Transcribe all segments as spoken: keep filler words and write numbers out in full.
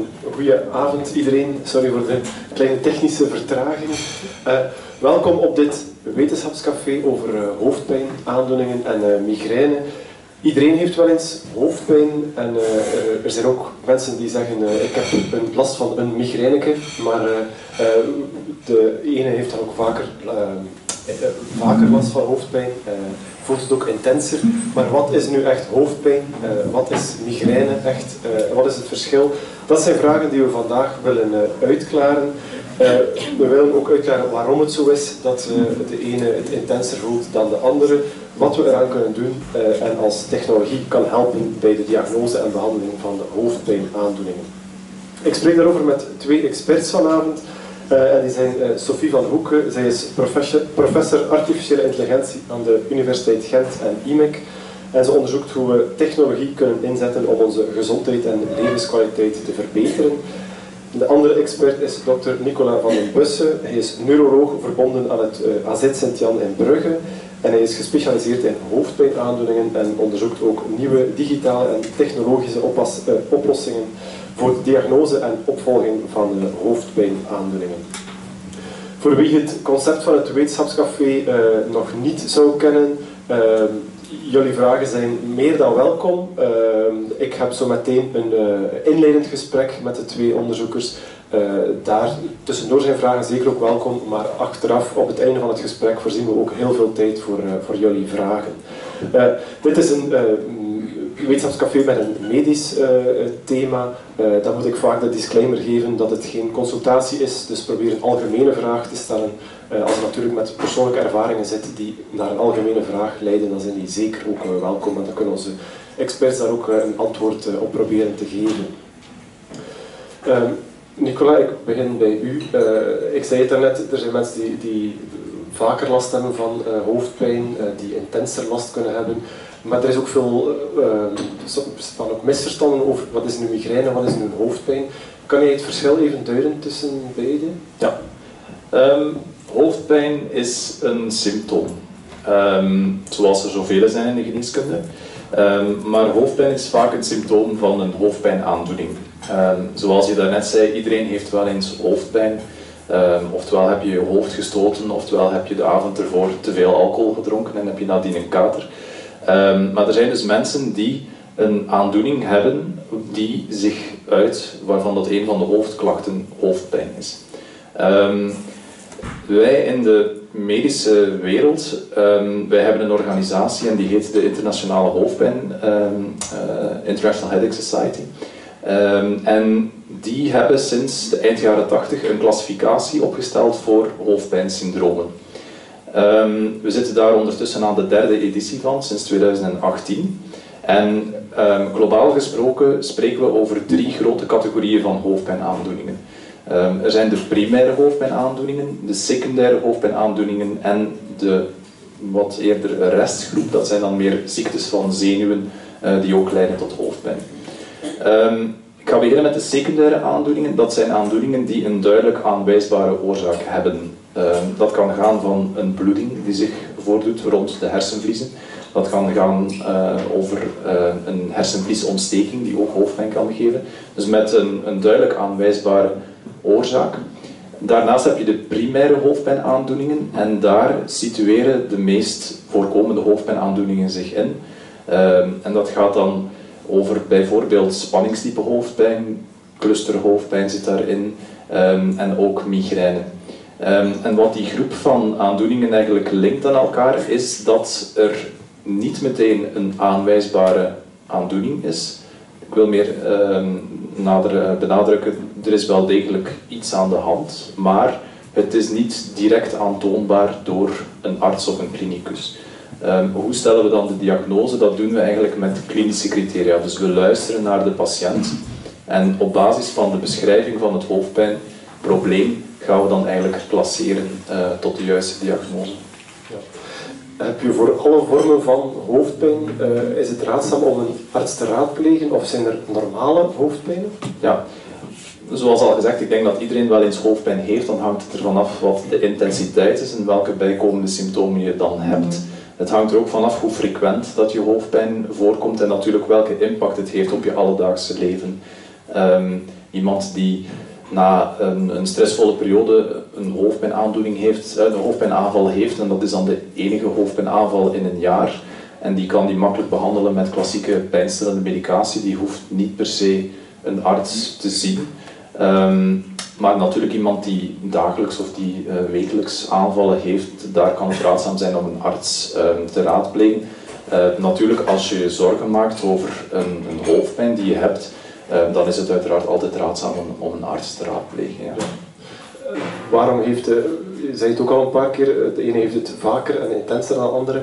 Goeie avond iedereen, sorry voor de kleine technische vertraging. Uh, welkom op dit wetenschapscafé over uh, hoofdpijn, aandoeningen en uh, migraine. Iedereen heeft wel eens hoofdpijn en uh, er zijn ook mensen die zeggen uh, ik heb een last van een migraineke, maar uh, uh, de ene heeft dan ook vaker, uh, uh, vaker last van hoofdpijn. Uh, voelt het ook intenser. Maar wat is nu echt hoofdpijn? Uh, wat is migraine echt? Uh, wat is het verschil? Dat zijn vragen die we vandaag willen uh, uitklaren. Uh, we willen ook uitklaren waarom het zo is dat uh, de ene het intenser voelt dan de andere. Wat we eraan kunnen doen uh, en als technologie kan helpen bij de diagnose en behandeling van de hoofdpijnaandoeningen. Ik spreek daarover met twee experts vanavond. Uh, en die zijn uh, Sophie van Hoeken, zij is professor, professor artificiële intelligentie aan de Universiteit Gent en I M E C. En ze onderzoekt hoe we technologie kunnen inzetten om onze gezondheid en levenskwaliteit te verbeteren. De andere expert is dokter Nicolas van den Bussen. Hij is neuroloog verbonden aan het uh, A Z Sint-Jan in Brugge. En hij is gespecialiseerd in hoofdpijnaandoeningen en onderzoekt ook nieuwe digitale en technologische oppas, uh, oplossingen voor de diagnose en opvolging van uh, hoofdpijnaandoeningen. Voor wie het concept van het wetenschapscafé uh, nog niet zou kennen, uh, jullie vragen zijn meer dan welkom. Uh, ik heb zo meteen een uh, inleidend gesprek met de twee onderzoekers. Uh, daar tussendoor zijn vragen zeker ook welkom, maar achteraf, op het einde van het gesprek, voorzien we ook heel veel tijd voor, uh, voor jullie vragen. Uh, dit is een uh, wetenschapscafé met een medisch uh, thema. Uh, dan moet ik vaak de disclaimer geven dat het geen consultatie is, dus probeer een algemene vraag te stellen. Uh, als er natuurlijk met persoonlijke ervaringen zit die naar een algemene vraag leiden, dan zijn die zeker ook uh, welkom en dan kunnen onze experts daar ook uh, een antwoord uh, op proberen te geven. Uh, Nicolas, ik begin bij u. Uh, ik zei het daarnet, er zijn mensen die, die vaker last hebben van uh, hoofdpijn, uh, die intenser last kunnen hebben. Maar er is ook veel uh, er staan ook misverstanden over wat is nu migraine, wat is nu hoofdpijn. Kan je het verschil even duiden tussen beide? Ja. Um, hoofdpijn is een symptoom, um, zoals er zoveel zijn in de geneeskunde. Um, maar hoofdpijn is vaak een symptoom van een hoofdpijnaandoening. Um, zoals je daarnet zei, iedereen heeft wel eens hoofdpijn. Um, oftewel heb je je hoofd gestoten, oftewel heb je de avond ervoor te veel alcohol gedronken en heb je nadien een kater. Um, maar er zijn dus mensen die een aandoening hebben die zich uit, waarvan dat een van de hoofdklachten hoofdpijn is. Um, wij in de medische wereld, um, wij hebben een organisatie en die heet de Internationale Hoofdpijn, um, uh, International Headache Society. Um, en die hebben sinds de eind jaren tachtig een klassificatie opgesteld voor hoofdpijnsyndromen. Um, we zitten daar ondertussen aan de derde editie van, sinds tweeduizend achttien. En um, globaal gesproken spreken we over drie grote categorieën van hoofdpijnaandoeningen. Um, er zijn de primaire hoofdpijnaandoeningen, de secundaire hoofdpijnaandoeningen en de wat eerder restgroep, dat zijn dan meer ziektes van zenuwen uh, die ook leiden tot hoofdpijn. Um, ik ga beginnen met de secundaire aandoeningen. Dat zijn aandoeningen die een duidelijk aanwijsbare oorzaak hebben. Um, dat kan gaan van een bloeding die zich voordoet rond de hersenvliezen. Dat kan gaan uh, over uh, een hersenvliesontsteking die ook hoofdpijn kan geven. Dus met een, een duidelijk aanwijsbare oorzaak. Daarnaast heb je de primaire hoofdpijnaandoeningen en daar situeren de meest voorkomende hoofdpijnaandoeningen zich in. Um, en dat gaat dan over bijvoorbeeld spanningsdiepe hoofdpijn, clusterhoofdpijn zit daarin um, en ook migraine. Um, en wat die groep van aandoeningen eigenlijk linkt aan elkaar is dat er niet meteen een aanwijsbare aandoening is. Ik wil meer um, nader benadrukken, er is wel degelijk iets aan de hand, maar het is niet direct aantoonbaar door een arts of een klinicus. Um, hoe stellen we dan de diagnose? Dat doen we eigenlijk met klinische criteria. Dus we luisteren naar de patiënt en op basis van de beschrijving van het hoofdpijnprobleem gaan we dan eigenlijk placeren uh, tot de juiste diagnose. Ja. Heb je voor alle vormen van hoofdpijn, uh, is het raadzaam om een arts te raadplegen of zijn er normale hoofdpijnen? Ja, zoals al gezegd, ik denk dat iedereen wel eens hoofdpijn heeft. Dan hangt het ervan af wat de intensiteit is en welke bijkomende symptomen je dan hebt. Het hangt er ook vanaf hoe frequent dat je hoofdpijn voorkomt en natuurlijk welke impact het heeft op je alledaagse leven. Um, Iemand die na een, een stressvolle periode een hoofdpijnaandoening heeft, een hoofdpijnaanval heeft, en dat is dan de enige hoofdpijnaanval in een jaar. En die kan die makkelijk behandelen met klassieke pijnstillende medicatie. Die hoeft niet per se een arts te zien. Um, maar natuurlijk iemand die dagelijks of die uh, wekelijks aanvallen heeft, daar kan het raadzaam zijn om een arts um, te raadplegen. Uh, natuurlijk, als je je zorgen maakt over een, een hoofdpijn die je hebt, uh, dan is het uiteraard altijd raadzaam om, om een arts te raadplegen. Ja. Uh, waarom heeft, uh, je zei het ook al een paar keer, de ene heeft het vaker en intenser dan de andere.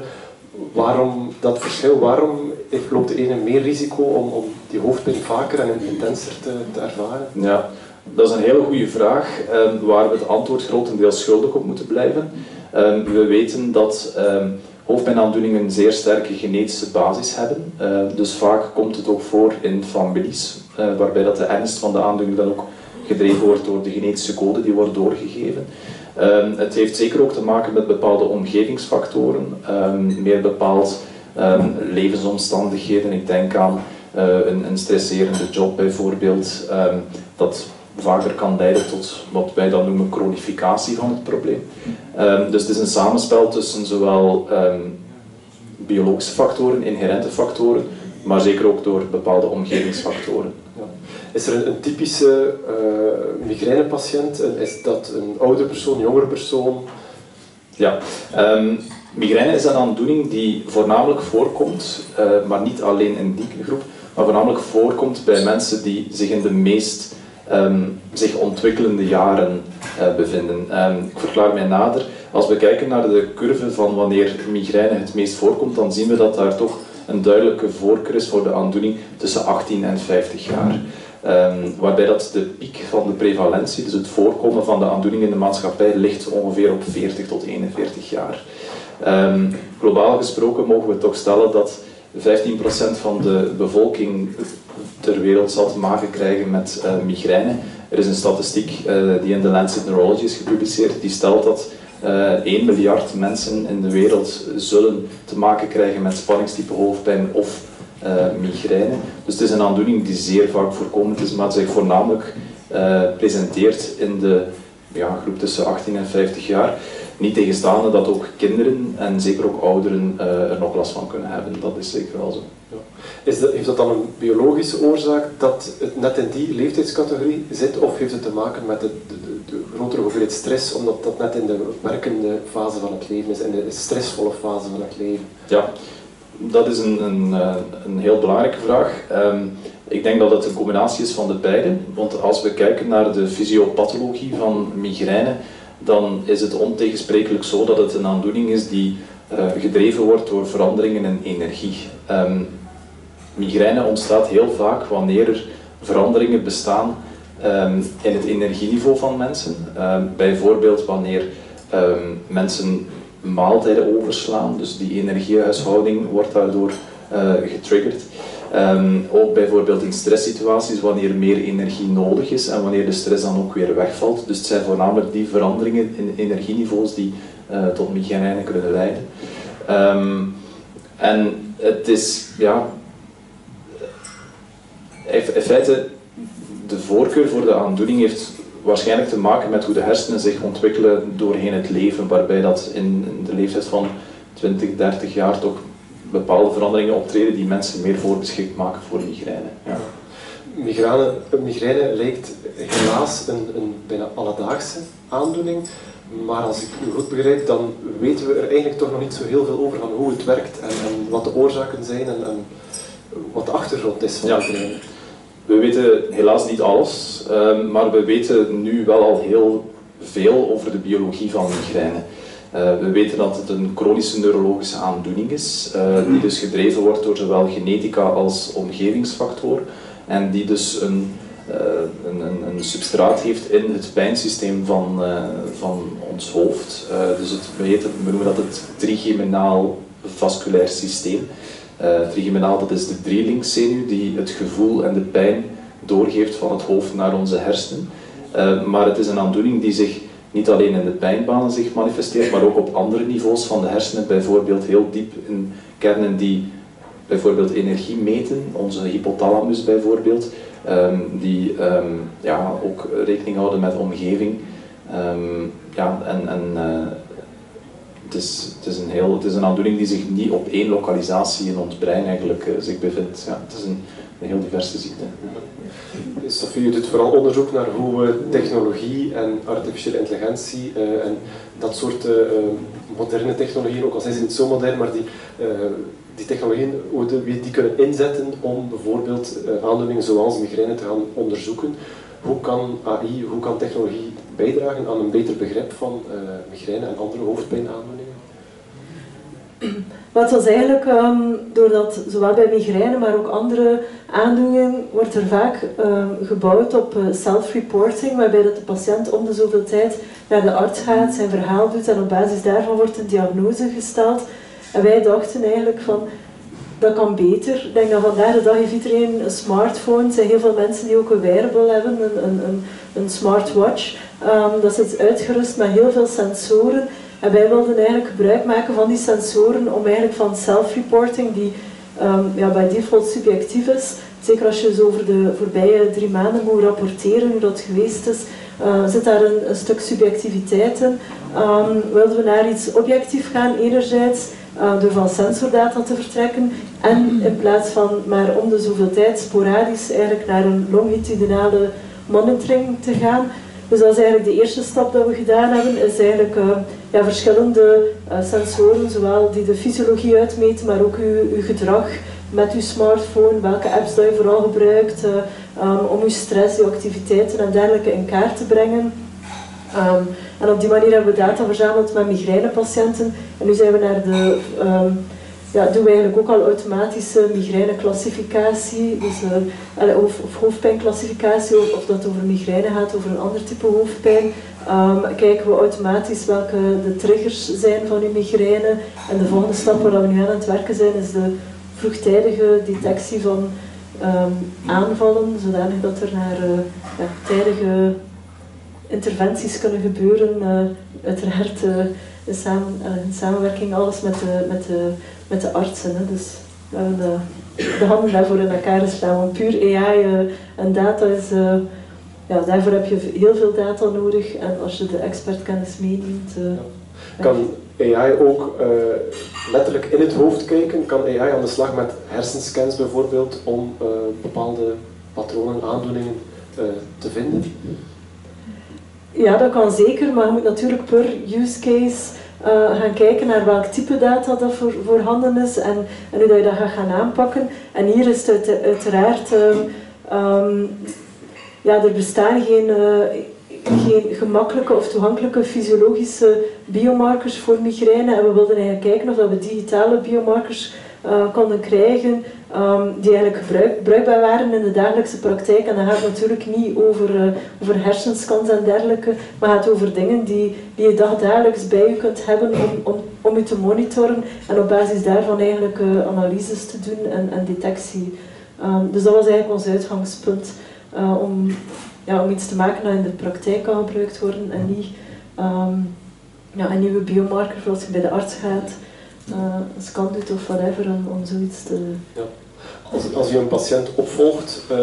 Waarom dat verschil? Waarom loopt de ene meer risico om, om die hoofdpijn vaker en intenser te, te ervaren? Ja, dat is een hele goede vraag, um, waar we het antwoord grotendeels schuldig op moeten blijven. Um, we weten dat um, hoofdpijnaandoeningen een zeer sterke genetische basis hebben. Uh, dus vaak komt het ook voor in families, uh, waarbij dat de ernst van de aandoening dan ook gedreven wordt door de genetische code die wordt doorgegeven. Um, het heeft zeker ook te maken met bepaalde omgevingsfactoren, um, meer bepaald um, levensomstandigheden. Ik denk aan uh, een, een stresserende job bijvoorbeeld, um, dat vaker kan leiden tot wat wij dan noemen chronificatie van het probleem. Um, dus het is een samenspel tussen zowel um, biologische factoren, inherente factoren, maar zeker ook door bepaalde omgevingsfactoren. Ja. Is er een, een typische uh, migrainepatiënt? Is dat een oude persoon, een jongere persoon? Ja, um, migraine is een aandoening die voornamelijk voorkomt, uh, maar niet alleen in die groep, maar voornamelijk voorkomt bij mensen die zich in de meest um, zich ontwikkelende jaren uh, bevinden. Um, ik verklaar mij nader. Als we kijken naar de curve van wanneer migraine het meest voorkomt, dan zien we dat daar toch een duidelijke voorkeur is voor de aandoening tussen achttien en vijftig jaar. Um, waarbij dat de piek van de prevalentie, dus het voorkomen van de aandoening in de maatschappij, ligt ongeveer op veertig tot eenenveertig jaar. Um, globaal gesproken mogen we toch stellen dat vijftien procent van de bevolking ter wereld zal te maken krijgen met uh, migraine. Er is een statistiek uh, die in de Lancet Neurology is gepubliceerd, die stelt dat uh, één miljard mensen in de wereld zullen te maken krijgen met spanningstype hoofdpijn of uh, migraine. Dus het is een aandoening die zeer vaak voorkomend is, maar zich voornamelijk uh, presenteert in de ja, groep tussen achttien en vijftig jaar. Niet tegenstaande dat ook kinderen en zeker ook ouderen uh, er nog last van kunnen hebben. Dat is zeker wel zo. Ja. Is dat, heeft dat dan een biologische oorzaak dat het net in die leeftijdscategorie zit, of heeft het te maken met de, de, de grotere hoeveelheid stress, omdat dat net in de werkende fase van het leven is, in de stressvolle fase van het leven? Ja, dat is een, een, een heel belangrijke vraag. Um, ik denk dat het een combinatie is van de beide, want als we kijken naar de fysiopathologie van migraine, dan is het ontegensprekelijk zo dat het een aandoening is die uh, gedreven wordt door veranderingen in energie. Um, migraine ontstaat heel vaak wanneer er veranderingen bestaan um, in het energieniveau van mensen. Um, bijvoorbeeld wanneer um, mensen maaltijden overslaan, dus die energiehuishouding wordt daardoor uh, getriggerd. Um, ook bijvoorbeeld in stresssituaties wanneer meer energie nodig is en wanneer de stress dan ook weer wegvalt. Dus het zijn voornamelijk die veranderingen in energieniveaus die uh, tot migraine kunnen leiden. Um, en het is, ja, in feite, de voorkeur voor de aandoening heeft waarschijnlijk te maken met hoe de hersenen zich ontwikkelen doorheen het leven, waarbij dat in de leeftijd van twintig, dertig jaar toch bepaalde veranderingen optreden die mensen meer voorbeschikt maken voor migraine. Ja. Migraine, migraine lijkt helaas een, een bijna alledaagse aandoening, maar als ik u goed begrijp, dan weten we er eigenlijk toch nog niet zo heel veel over van hoe het werkt en, en wat de oorzaken zijn en, en wat de achtergrond is van ja. migraine. We weten helaas niet alles, um, maar we weten nu wel al heel veel over de biologie van migraine. Uh, we weten dat het een chronische neurologische aandoening is, uh, die dus gedreven wordt door zowel genetica als omgevingsfactor en die dus een, uh, een, een, een substraat heeft in het pijnsysteem van, uh, van ons hoofd. Uh, dus het, we, heten, we noemen dat het trigeminaal vasculair systeem. Uh, trigeminaal, dat is de drielingszenuw die het gevoel en de pijn doorgeeft van het hoofd naar onze hersenen. Uh, maar het is een aandoening die zich niet alleen in de pijnbanen zich manifesteert, maar ook op andere niveaus van de hersenen, bijvoorbeeld heel diep in kernen die bijvoorbeeld energie meten, onze hypothalamus bijvoorbeeld, um, die um, ja, ook rekening houden met de omgeving. Um, ja, en, en, uh, het, is, het, is een heel, het is een aandoening die zich niet op één lokalisatie in ons brein eigenlijk uh, zich bevindt. Ja, het is een, een heel diverse ziekte. Sophie, je doet vooral onderzoek naar hoe we technologie en artificiële intelligentie uh, en dat soort uh, moderne technologieën, ook al zijn ze niet zo modern, maar die, uh, die technologieën, hoe we die kunnen inzetten om bijvoorbeeld uh, aandoeningen zoals migraine te gaan onderzoeken. Hoe kan A I, hoe kan technologie bijdragen aan een beter begrip van uh, migraine en andere hoofdpijnaandoeningen? Wat was eigenlijk, um, doordat zowel bij migraine, maar ook andere aandoeningen, wordt er vaak um, gebouwd op uh, self-reporting, waarbij dat de patiënt om de zoveel tijd naar de arts gaat, zijn verhaal doet en op basis daarvan wordt een diagnose gesteld. En wij dachten eigenlijk van, dat kan beter. Ik denk dat vandaag de dag heeft iedereen een smartphone. Er zijn heel veel mensen die ook een wearable hebben, een, een, een, een smartwatch. Um, dat is uitgerust met heel veel sensoren. En wij wilden eigenlijk gebruik maken van die sensoren om eigenlijk van self-reporting, die um, ja, bij default subjectief is, zeker als je zo over de voorbije drie maanden moet rapporteren hoe dat geweest is, uh, zit daar een, een stuk subjectiviteit in. Um, wilden we naar iets objectief gaan, enerzijds uh, door van sensordata te vertrekken en in plaats van maar om de zoveel tijd sporadisch eigenlijk naar een longitudinale monitoring te gaan. Dus dat is eigenlijk de eerste stap dat we gedaan hebben, is eigenlijk uh, ja, verschillende uh, sensoren, zowel die de fysiologie uitmeten, maar ook uw, uw gedrag met uw smartphone, welke apps dat je vooral gebruikt, uh, um, om uw stress, uw activiteiten en dergelijke in kaart te brengen. Um, en op die manier hebben we data verzameld met migrainepatiënten en nu zijn we naar de... Um, Ja, doen we eigenlijk ook al automatische migraineclassificatie, dus, uh, of, of hoofdpijnclassificatie, of, of dat over migraine gaat, over een ander type hoofdpijn. Um, kijken we automatisch welke de triggers zijn van uw migraine. En de volgende stap waar we nu aan het werken zijn, is de vroegtijdige detectie van um, aanvallen, zodanig dat er naar uh, ja, tijdige interventies kunnen gebeuren. Uh, uiteraard uh, in, samen, uh, in samenwerking alles met de, met de met de artsen. Hè. Dus we hebben de, de handen daarvoor in elkaar geslaan. Want puur A I uh, en data is... Uh, ja, daarvoor heb je heel veel data nodig. En als je de expertkennis meeneemt... Uh, ja. Kan A I ook uh, letterlijk in het hoofd kijken? Kan A I aan de slag met hersenscans bijvoorbeeld om uh, bepaalde patronen, aandoeningen uh, te vinden? Ja, dat kan zeker. Maar je moet natuurlijk per use case... Uh, gaan kijken naar welk type data dat voor, voorhanden is en, en hoe dat je dat gaat gaan aanpakken. En hier is het uit, uiteraard, uh, um, ja, er bestaan geen, uh, geen gemakkelijke of toegankelijke fysiologische biomarkers voor migraine. En we wilden eigenlijk kijken of dat we digitale biomarkers uh, konden krijgen um, die eigenlijk gebruik, bruikbaar waren in de dagelijkse praktijk. En dat gaat natuurlijk niet over, uh, over hersenscans en dergelijke, maar gaat over dingen die, die je dagdagelijks bij je kunt hebben om, om, om je te monitoren en op basis daarvan eigenlijk uh, analyses te doen en, en detectie. Um, dus dat was eigenlijk ons uitgangspunt uh, om, ja, om iets te maken dat in de praktijk kan gebruikt worden en niet um, ja, een nieuwe biomarker zoals je bij de arts gaat. Uh, een scan doet of whatever om, om zoiets te... Ja. Als, als je een patiënt opvolgt uh,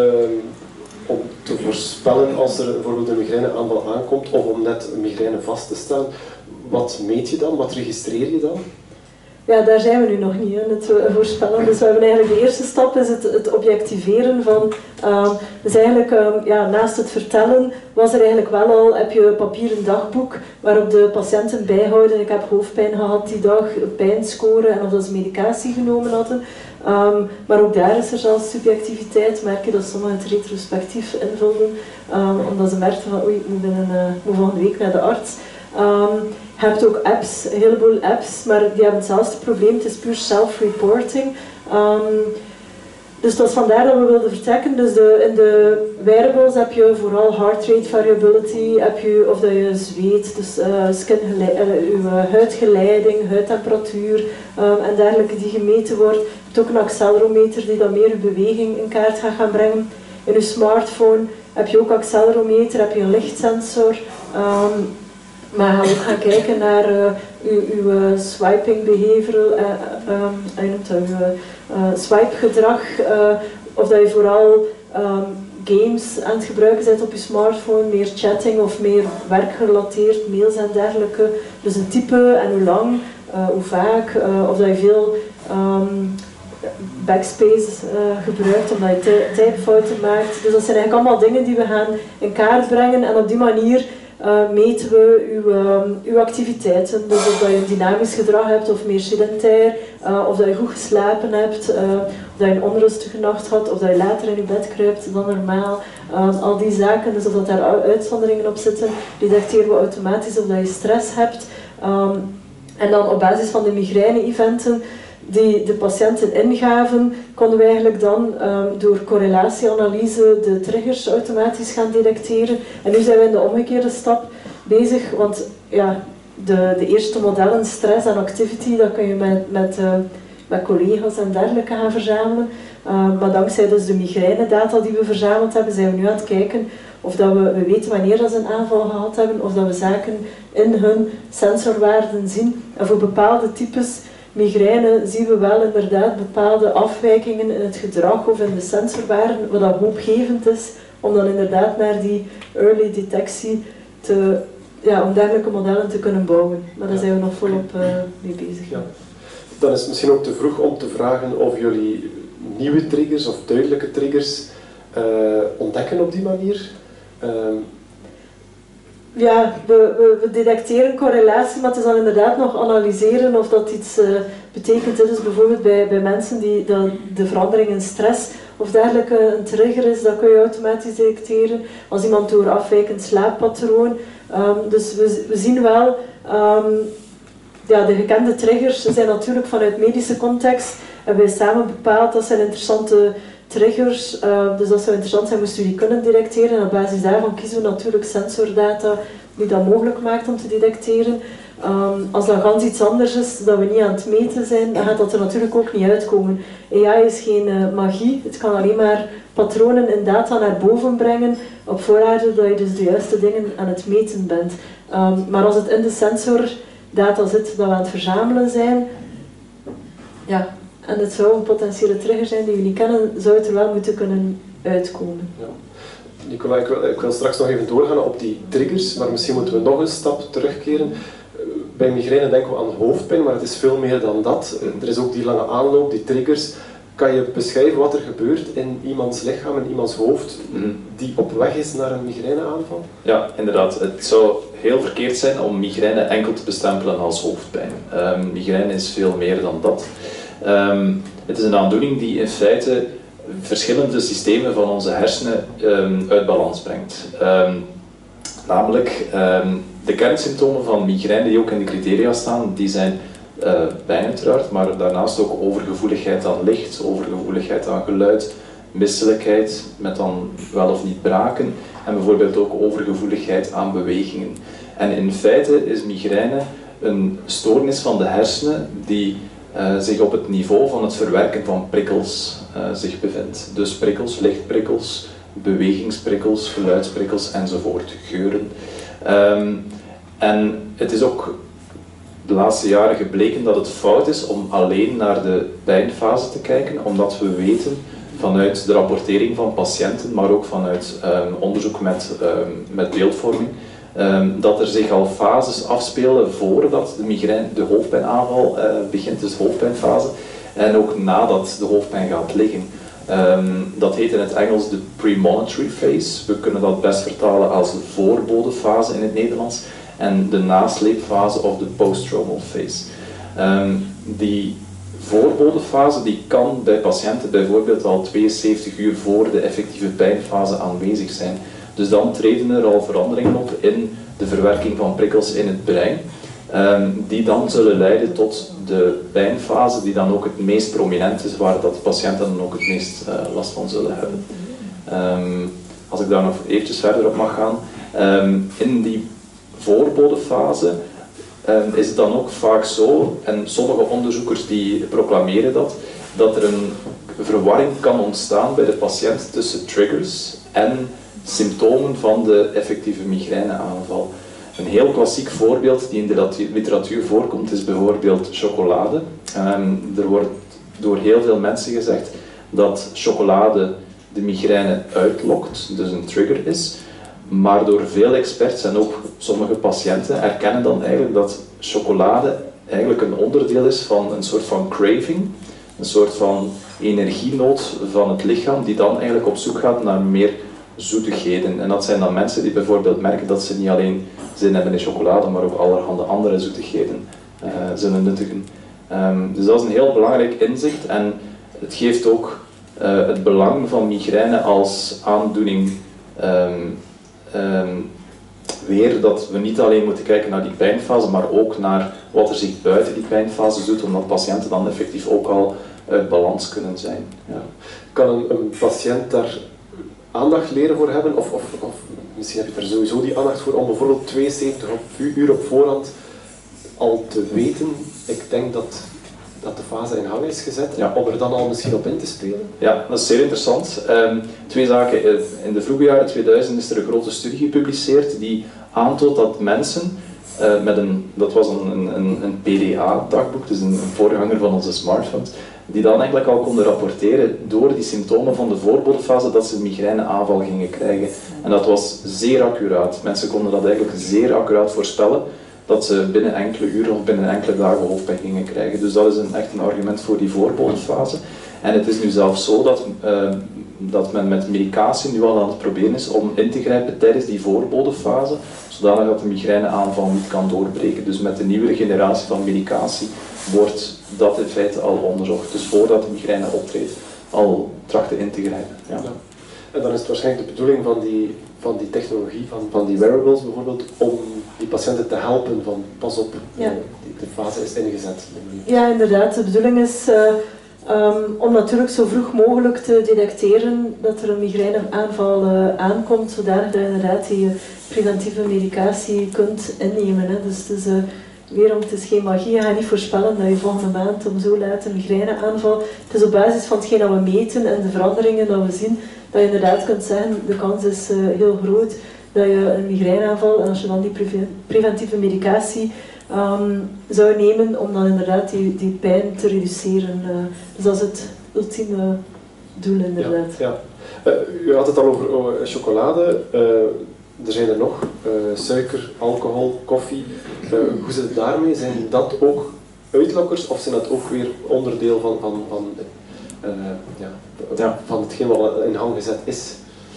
om te voorspellen als er bijvoorbeeld een migraineaanval aankomt of om net een migraine vast te stellen, wat meet je dan? Wat registreer je dan? Ja, daar zijn we nu nog niet in het voorspellen. Dus we hebben eigenlijk de eerste stap is het, het objectiveren van... Um, dus eigenlijk, um, ja, naast het vertellen was er eigenlijk wel al, heb je een papieren dagboek waarop de patiënten bijhouden. Ik heb hoofdpijn gehad die dag, pijnscore en of dat ze medicatie genomen hadden. Um, maar ook daar is er zelfs subjectiviteit. Merk je dat sommigen het retrospectief invulden, um, omdat ze merkten van oei, ik moet, binnen, uh, moet volgende week naar de arts. Um, je hebt ook apps, een heleboel apps, maar die hebben hetzelfde probleem, het is puur self-reporting. Um, dus dat is vandaar dat we wilden vertrekken. Dus de, in de wearables heb je vooral heart rate variability, heb je of dat je zweet, dus uh, skin uh, uw huidgeleiding, huidtemperatuur um, en dergelijke die gemeten wordt. Je hebt ook een accelerometer die dan meer je beweging in kaart gaat gaan brengen. In je smartphone heb je ook accelerometer, heb je een lichtsensor. Um, Maar gaan we ook gaan kijken naar uh, uw, uw swiping behavior, uh, um, uh, uw, uh, swipe-gedrag, uh, of dat je vooral um, games aan het gebruiken bent op je smartphone, meer chatting of meer werkgerelateerd, mails en dergelijke. Dus een type en hoe lang, uh, hoe vaak, uh, of dat je veel um, backspace uh, gebruikt omdat je typefouten maakt. Dus dat zijn eigenlijk allemaal dingen die we gaan in kaart brengen en op die manier uh, meten we uw, um, uw activiteiten. Dus of dat je een dynamisch gedrag hebt of meer sedentair, uh, of dat je goed geslapen hebt, uh, of dat je een onrustige nacht had, of dat je later in je bed kruipt dan normaal. Uh, al die zaken, dus of dat daar uitzonderingen op zitten, detecteren we automatisch of dat je stress hebt. Um, en dan op basis van de migraine-eventen die de patiënten ingaven, konden we eigenlijk dan um, door correlatieanalyse de triggers automatisch gaan detecteren. En nu zijn we in de omgekeerde stap bezig, want ja, de, de eerste modellen, stress en activity, dat kun je met, met, uh, met collega's en dergelijke gaan verzamelen. Uh, maar dankzij dus de migraine-data die we verzameld hebben, zijn we nu aan het kijken of dat we, we weten wanneer dat ze een aanval gehad hebben, of dat we zaken in hun sensorwaarden zien. En voor bepaalde types migraine zien we wel inderdaad bepaalde afwijkingen in het gedrag of in de sensorwaarden, wat dat hoopgevend is om dan inderdaad naar die early detectie te, ja, om dergelijke modellen te kunnen bouwen. Maar daar zijn we nog volop uh, mee bezig. Ja. Dan is het misschien ook te vroeg om te vragen of jullie nieuwe triggers of duidelijke triggers uh, ontdekken op die manier. Uh, Ja, we, we, we detecteren correlatie, maar het is dan inderdaad nog analyseren of dat iets uh, betekent. Dus bijvoorbeeld bij, bij mensen die de, de verandering in stress of dergelijke een trigger is, dat kun je automatisch detecteren. Als iemand door afwijkend slaappatroon. Um, dus we, we zien wel, um, ja, de gekende triggers zijn natuurlijk vanuit medische context. Hebben wij samen bepaald dat zijn interessante triggers, uh, dus dat zou interessant zijn moesten we die kunnen detecteren. En op basis daarvan kiezen we natuurlijk sensordata die dat mogelijk maakt om te detecteren. Um, als dat ganz iets anders is, dat we niet aan het meten zijn, dan gaat dat er natuurlijk ook niet uitkomen. A I is geen uh, magie, het kan alleen maar patronen in data naar boven brengen, op voorwaarde dat je dus de juiste dingen aan het meten bent. Um, maar als het in de sensordata zit dat we aan het verzamelen zijn, ja, en het zou een potentiële trigger zijn die jullie kennen, zou het er wel moeten kunnen uitkomen. Ja. Nicola, ik wil, ik wil straks nog even doorgaan op die triggers, maar misschien moeten we nog een stap terugkeren. Bij migraine denken we aan hoofdpijn, maar het is veel meer dan dat. Er is ook die lange aanloop, die triggers. Kan je beschrijven wat er gebeurt in iemands lichaam, in iemands hoofd, die op weg is naar een migraineaanval? Ja, inderdaad. Het zou heel verkeerd zijn om migraine enkel te bestempelen als hoofdpijn. Um, migraine is veel meer dan dat. Um, het is een aandoening die in feite verschillende systemen van onze hersenen um, uit balans brengt. Um, namelijk, um, de kernsymptomen van migraine die ook in de criteria staan, die zijn uh, pijn uiteraard, maar daarnaast ook overgevoeligheid aan licht, overgevoeligheid aan geluid, misselijkheid met dan wel of niet braken en bijvoorbeeld ook overgevoeligheid aan bewegingen. En in feite is migraine een stoornis van de hersenen die Uh, zich op het niveau van het verwerken van prikkels uh, zich bevindt. Dus prikkels, lichtprikkels, bewegingsprikkels, geluidsprikkels enzovoort, geuren. Um, en het is ook de laatste jaren gebleken dat het fout is om alleen naar de pijnfase te kijken, omdat we weten vanuit de rapportering van patiënten, maar ook vanuit um, onderzoek met, um, met beeldvorming, Um, dat er zich al fases afspelen voordat de migraine, de hoofdpijnaanval uh, begint, dus de hoofdpijnfase, en ook nadat de hoofdpijn gaat liggen. Um, dat heet in het Engels de premonitory phase. We kunnen dat best vertalen als de voorbodefase in het Nederlands, en de nasleepfase of de post-stromal phase. Um, die voorbodefase die kan bij patiënten bijvoorbeeld al tweeënzeventig uur voor de effectieve pijnfase aanwezig zijn. Dus dan treden er al veranderingen op in de verwerking van prikkels in het brein, um, die dan zullen leiden tot de pijnfase, die dan ook het meest prominent is, waar dat de patiënten dan ook het meest uh, last van zullen hebben. Um, als ik daar nog eventjes verder op mag gaan, um, in die voorbodefase um, is het dan ook vaak zo, en sommige onderzoekers die proclameren dat, dat er een verwarring kan ontstaan bij de patiënt tussen triggers en symptomen van de effectieve migraineaanval. Een heel klassiek voorbeeld die in de literatuur voorkomt is bijvoorbeeld chocolade. Um, er wordt door heel veel mensen gezegd dat chocolade de migraine uitlokt, dus een trigger is. Maar door veel experts en ook sommige patiënten erkennen dan eigenlijk dat chocolade eigenlijk een onderdeel is van een soort van craving, een soort van energienood van het lichaam die dan eigenlijk op zoek gaat naar meer zoetigheden. En dat zijn dan mensen die bijvoorbeeld merken dat ze niet alleen zin hebben in chocolade, maar ook allerhande andere zoetigheden uh, zullen nuttigen. Um, dus dat is een heel belangrijk inzicht en het geeft ook uh, het belang van migraine als aandoening um, um, weer, dat we niet alleen moeten kijken naar die pijnfase, maar ook naar wat er zich buiten die pijnfase doet, omdat patiënten dan effectief ook al uit balans kunnen zijn. Ja. Kan een, een patiënt daar aandacht leren voor hebben, of, of, of misschien heb je daar sowieso die aandacht voor, om bijvoorbeeld tweeënzeventig uur op voorhand al te weten, ik denk dat, dat de fase in gang is gezet, ja, om er dan al misschien op in te spelen? Ja, dat is zeer interessant. Um, twee zaken. In de vroege jaren tweeduizend is er een grote studie gepubliceerd die aantoont dat mensen uh, met een, dat was een, een, een P D A-dagboek, dus een, een voorganger van onze smartphones, die dan eigenlijk al konden rapporteren door die symptomen van de voorbodefase dat ze een migraineaanval gingen krijgen. En dat was zeer accuraat. Mensen konden dat eigenlijk zeer accuraat voorspellen, dat ze binnen enkele uren of binnen enkele dagen hoofdpijn gingen krijgen. Dus dat is een, echt een argument voor die voorbodefase. En het is nu zelfs zo dat, uh, dat men met medicatie nu al aan het proberen is om in te grijpen tijdens die voorbodefase, zodanig dat de migraineaanval niet kan doorbreken. Dus met de nieuwere generatie van medicatie wordt dat in feite al onderzocht. Dus voordat de migraine optreedt, al trachten in te grijpen. Ja. Ja. En dan is het waarschijnlijk de bedoeling van die, van die technologie, van, van die wearables bijvoorbeeld, om die patiënten te helpen van pas op, ja. die, de fase is ingezet. Ja, inderdaad. De bedoeling is uh, um, om natuurlijk zo vroeg mogelijk te detecteren dat er een migraineaanval uh, aankomt, zodanig dat je inderdaad die preventieve medicatie kunt innemen. Hè. Dus het is, uh, weer om, het is geen magie, je gaat niet voorspellen dat je volgende maand om zo laat een migraineaanval. Het is op basis van hetgeen dat we meten en de veranderingen dat we zien, dat je inderdaad kunt zeggen, de kans is uh, heel groot dat je een migraineaanval, en als je dan die pre preventieve medicatie um, zou nemen, om dan inderdaad die, die pijn te reduceren. Uh, dus dat is het ultieme doel inderdaad. Ja, ja. Uh, u had het al over uh, chocolade. Uh, Er zijn er nog, uh, suiker, alcohol, koffie. Uh, hoe zit het daarmee? Zijn dat ook uitlokkers of zijn dat ook weer onderdeel van, van, van, uh, ja, ja. van hetgeen wat in gang gezet is?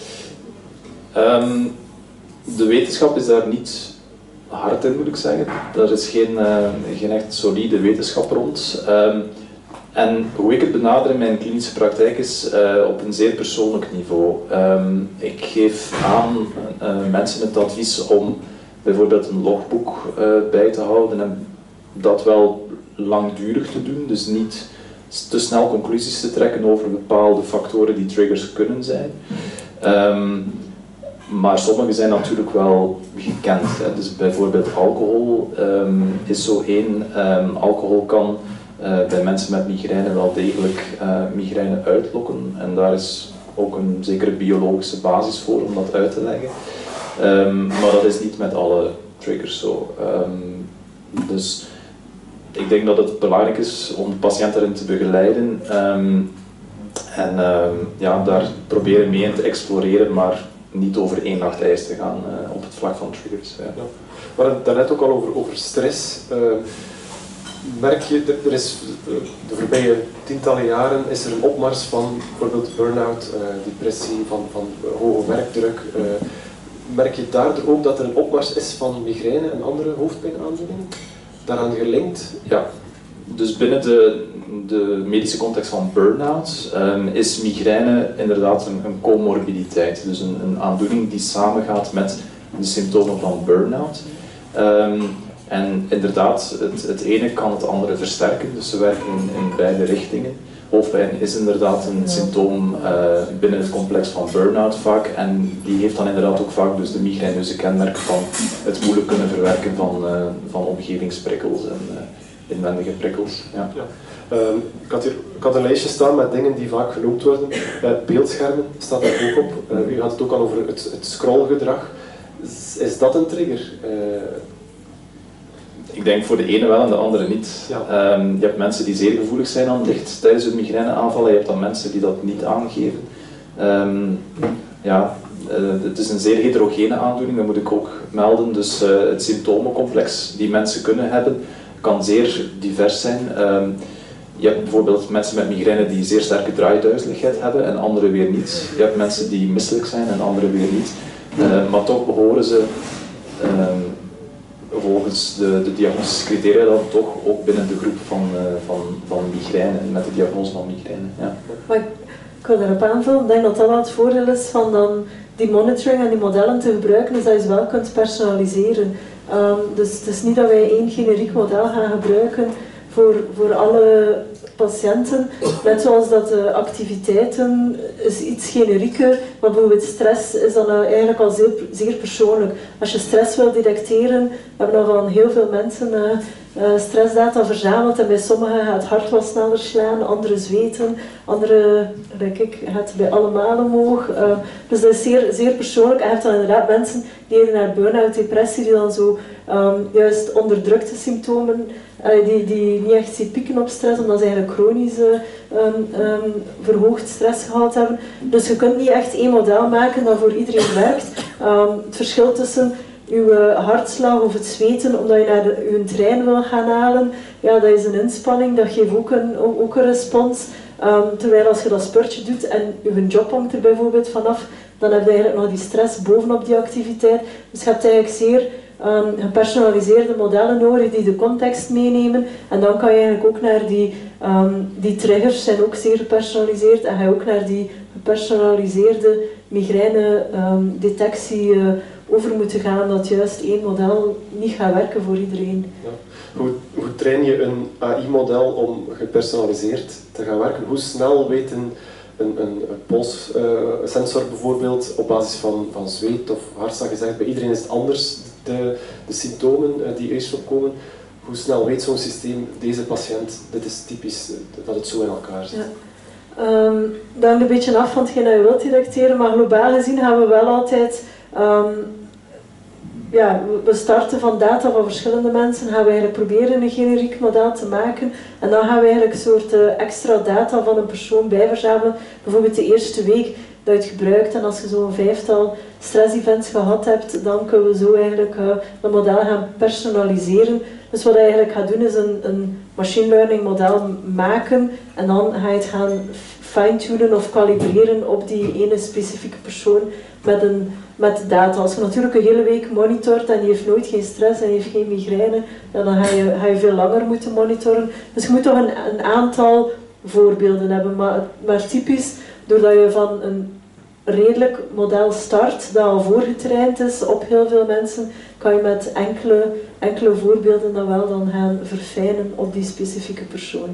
Um, de wetenschap is daar niet hard in, moet ik zeggen. Er is geen, uh, geen echt solide wetenschap rond. Um, En hoe ik het benader in mijn klinische praktijk is uh, op een zeer persoonlijk niveau. Um, ik geef aan uh, mensen het advies om bijvoorbeeld een logboek uh, bij te houden en dat wel langdurig te doen, dus niet te snel conclusies te trekken over bepaalde factoren die triggers kunnen zijn. Um, maar sommige zijn natuurlijk wel gekend. Hè. Dus bijvoorbeeld alcohol um, is zo één. Um, alcohol kan Uh, bij mensen met migraine wel degelijk uh, migraine uitlokken en daar is ook een zekere biologische basis voor om dat uit te leggen. Um, maar dat is niet met alle triggers zo. Um, dus ik denk dat het belangrijk is om de patiënt erin te begeleiden um, en um, ja, daar proberen mee in te exploreren, maar niet over één nacht ijs te gaan uh, op het vlak van triggers. Ja. Ja. We hadden het daarnet ook al over, over stress. Uh, Merk je, er is de voorbije tientallen jaren is er een opmars van bijvoorbeeld burn-out, uh, depressie, van, van hoge werkdruk. Uh, merk je daardoor ook dat er een opmars is van migraine en andere hoofdpijnaandoeningen? Daaraan gelinkt? Ja, dus binnen de, de medische context van burn-out um, is migraine inderdaad een, een comorbiditeit. Dus een, een aandoening die samengaat met de symptomen van burn-out. Um, En inderdaad, het, het ene kan het andere versterken, dus ze werken in, in beide richtingen. Hoofdpijn is inderdaad een symptoom uh, binnen het complex van burn-out vaak en die heeft dan inderdaad ook vaak dus de migraineuze kenmerken van het moeilijk kunnen verwerken van, uh, van omgevingsprikkels en uh, inwendige prikkels. Ja. Ja. Um, ik, had hier, ik had een lijstje staan met dingen die vaak genoemd worden. Uh, beeldschermen staat daar ook op. Uh, u had het ook al over het, het scrollgedrag. Is, is dat een trigger? Uh, Ik denk voor de ene wel en de andere niet. Ja. Um, je hebt mensen die zeer gevoelig zijn aan licht tijdens hun migraineaanvallen, je hebt dan mensen die dat niet aangeven. Um, ja, uh, het is een zeer heterogene aandoening, dat moet ik ook melden. Dus uh, het symptomencomplex die mensen kunnen hebben, kan zeer divers zijn. Um, je hebt bijvoorbeeld mensen met migraine die zeer sterke draaiduizeligheid hebben en anderen weer niet. Je hebt mensen die misselijk zijn en anderen weer niet. Uh, maar toch behoren ze um, volgens de, de diagnostische dan toch ook binnen de groep van, uh, van, van migraine, met de diagnose van migraine. Ja. Maar ik, ik wil daarop aanvullen, ik denk dat dat wel het voordeel is van dan die monitoring en die modellen te gebruiken, is dat je ze wel kunt personaliseren. Um, dus het is niet dat wij één generiek model gaan gebruiken voor, voor alle patiënten, net zoals dat de activiteiten is iets generieker, maar bijvoorbeeld stress is dan eigenlijk al zeer, zeer persoonlijk. Als je stress wil detecteren, we hebben al van heel veel mensen uh, uh, stressdata verzameld en bij sommigen gaat het hart wat sneller slaan, anderen zweten, anderen, denk ik, gaat bij allemaal omhoog. Uh, dus dat is zeer, zeer persoonlijk. En je hebt dan inderdaad mensen die eerder naar burn-out, depressie, die dan zo um, juist onderdrukte symptomen, uh, die, die niet echt zien pieken op stress, omdat ze eigenlijk chronische um, um, verhoogd stressgehalte hebben. Dus je kunt niet echt één model maken dat voor iedereen werkt. Um, het verschil tussen uw hartslag of het zweten omdat je naar de, uw trein wil gaan halen, ja, dat is een inspanning, dat geeft ook een, ook een respons. Um, terwijl als je dat spurtje doet en je job hangt er bijvoorbeeld vanaf, dan heb je eigenlijk nog die stress bovenop die activiteit. Dus je hebt eigenlijk zeer um, gepersonaliseerde modellen nodig die de context meenemen. En dan kan je eigenlijk ook naar die, um, die triggers zijn ook zeer gepersonaliseerd en ga je ook naar die gepersonaliseerde migraine um, detectie uh, over moeten gaan, dat juist één model niet gaat werken voor iedereen. Ja. Hoe, hoe train je een A I-model om gepersonaliseerd te gaan werken? Hoe snel weet een, een, een polssensor uh, bijvoorbeeld op basis van, van zweet of hartslag gezegd, bij iedereen is het anders, de, de symptomen uh, die eerst opkomen. Hoe snel weet zo'n systeem, deze patiënt, dit is typisch, dat het zo in elkaar zit? Ja. Um, dat hangt een beetje af van hetgeen dat je wilt detecteren, maar globaal gezien gaan we wel altijd um, ja, we starten van data van verschillende mensen, gaan we eigenlijk proberen een generiek model te maken en dan gaan we eigenlijk een soort uh, extra data van een persoon bijverzamelen, bijvoorbeeld de eerste week dat je het gebruikt en als je zo'n vijftal stress-events gehad hebt, dan kunnen we zo eigenlijk uh, een model gaan personaliseren. Dus wat je eigenlijk gaat doen is een, een machine learning model maken en dan ga je het gaan fine-tunen of kalibreren op die ene specifieke persoon met, een, met data. Als je natuurlijk een hele week monitort en die heeft nooit geen stress en die heeft geen migraine, dan ga je, ga je veel langer moeten monitoren. Dus je moet toch een, een aantal voorbeelden hebben, maar, maar typisch, doordat je van een redelijk model start dat al voorgetraind is op heel veel mensen, kan je met enkele, enkele voorbeelden dan wel dan gaan verfijnen op die specifieke persoon.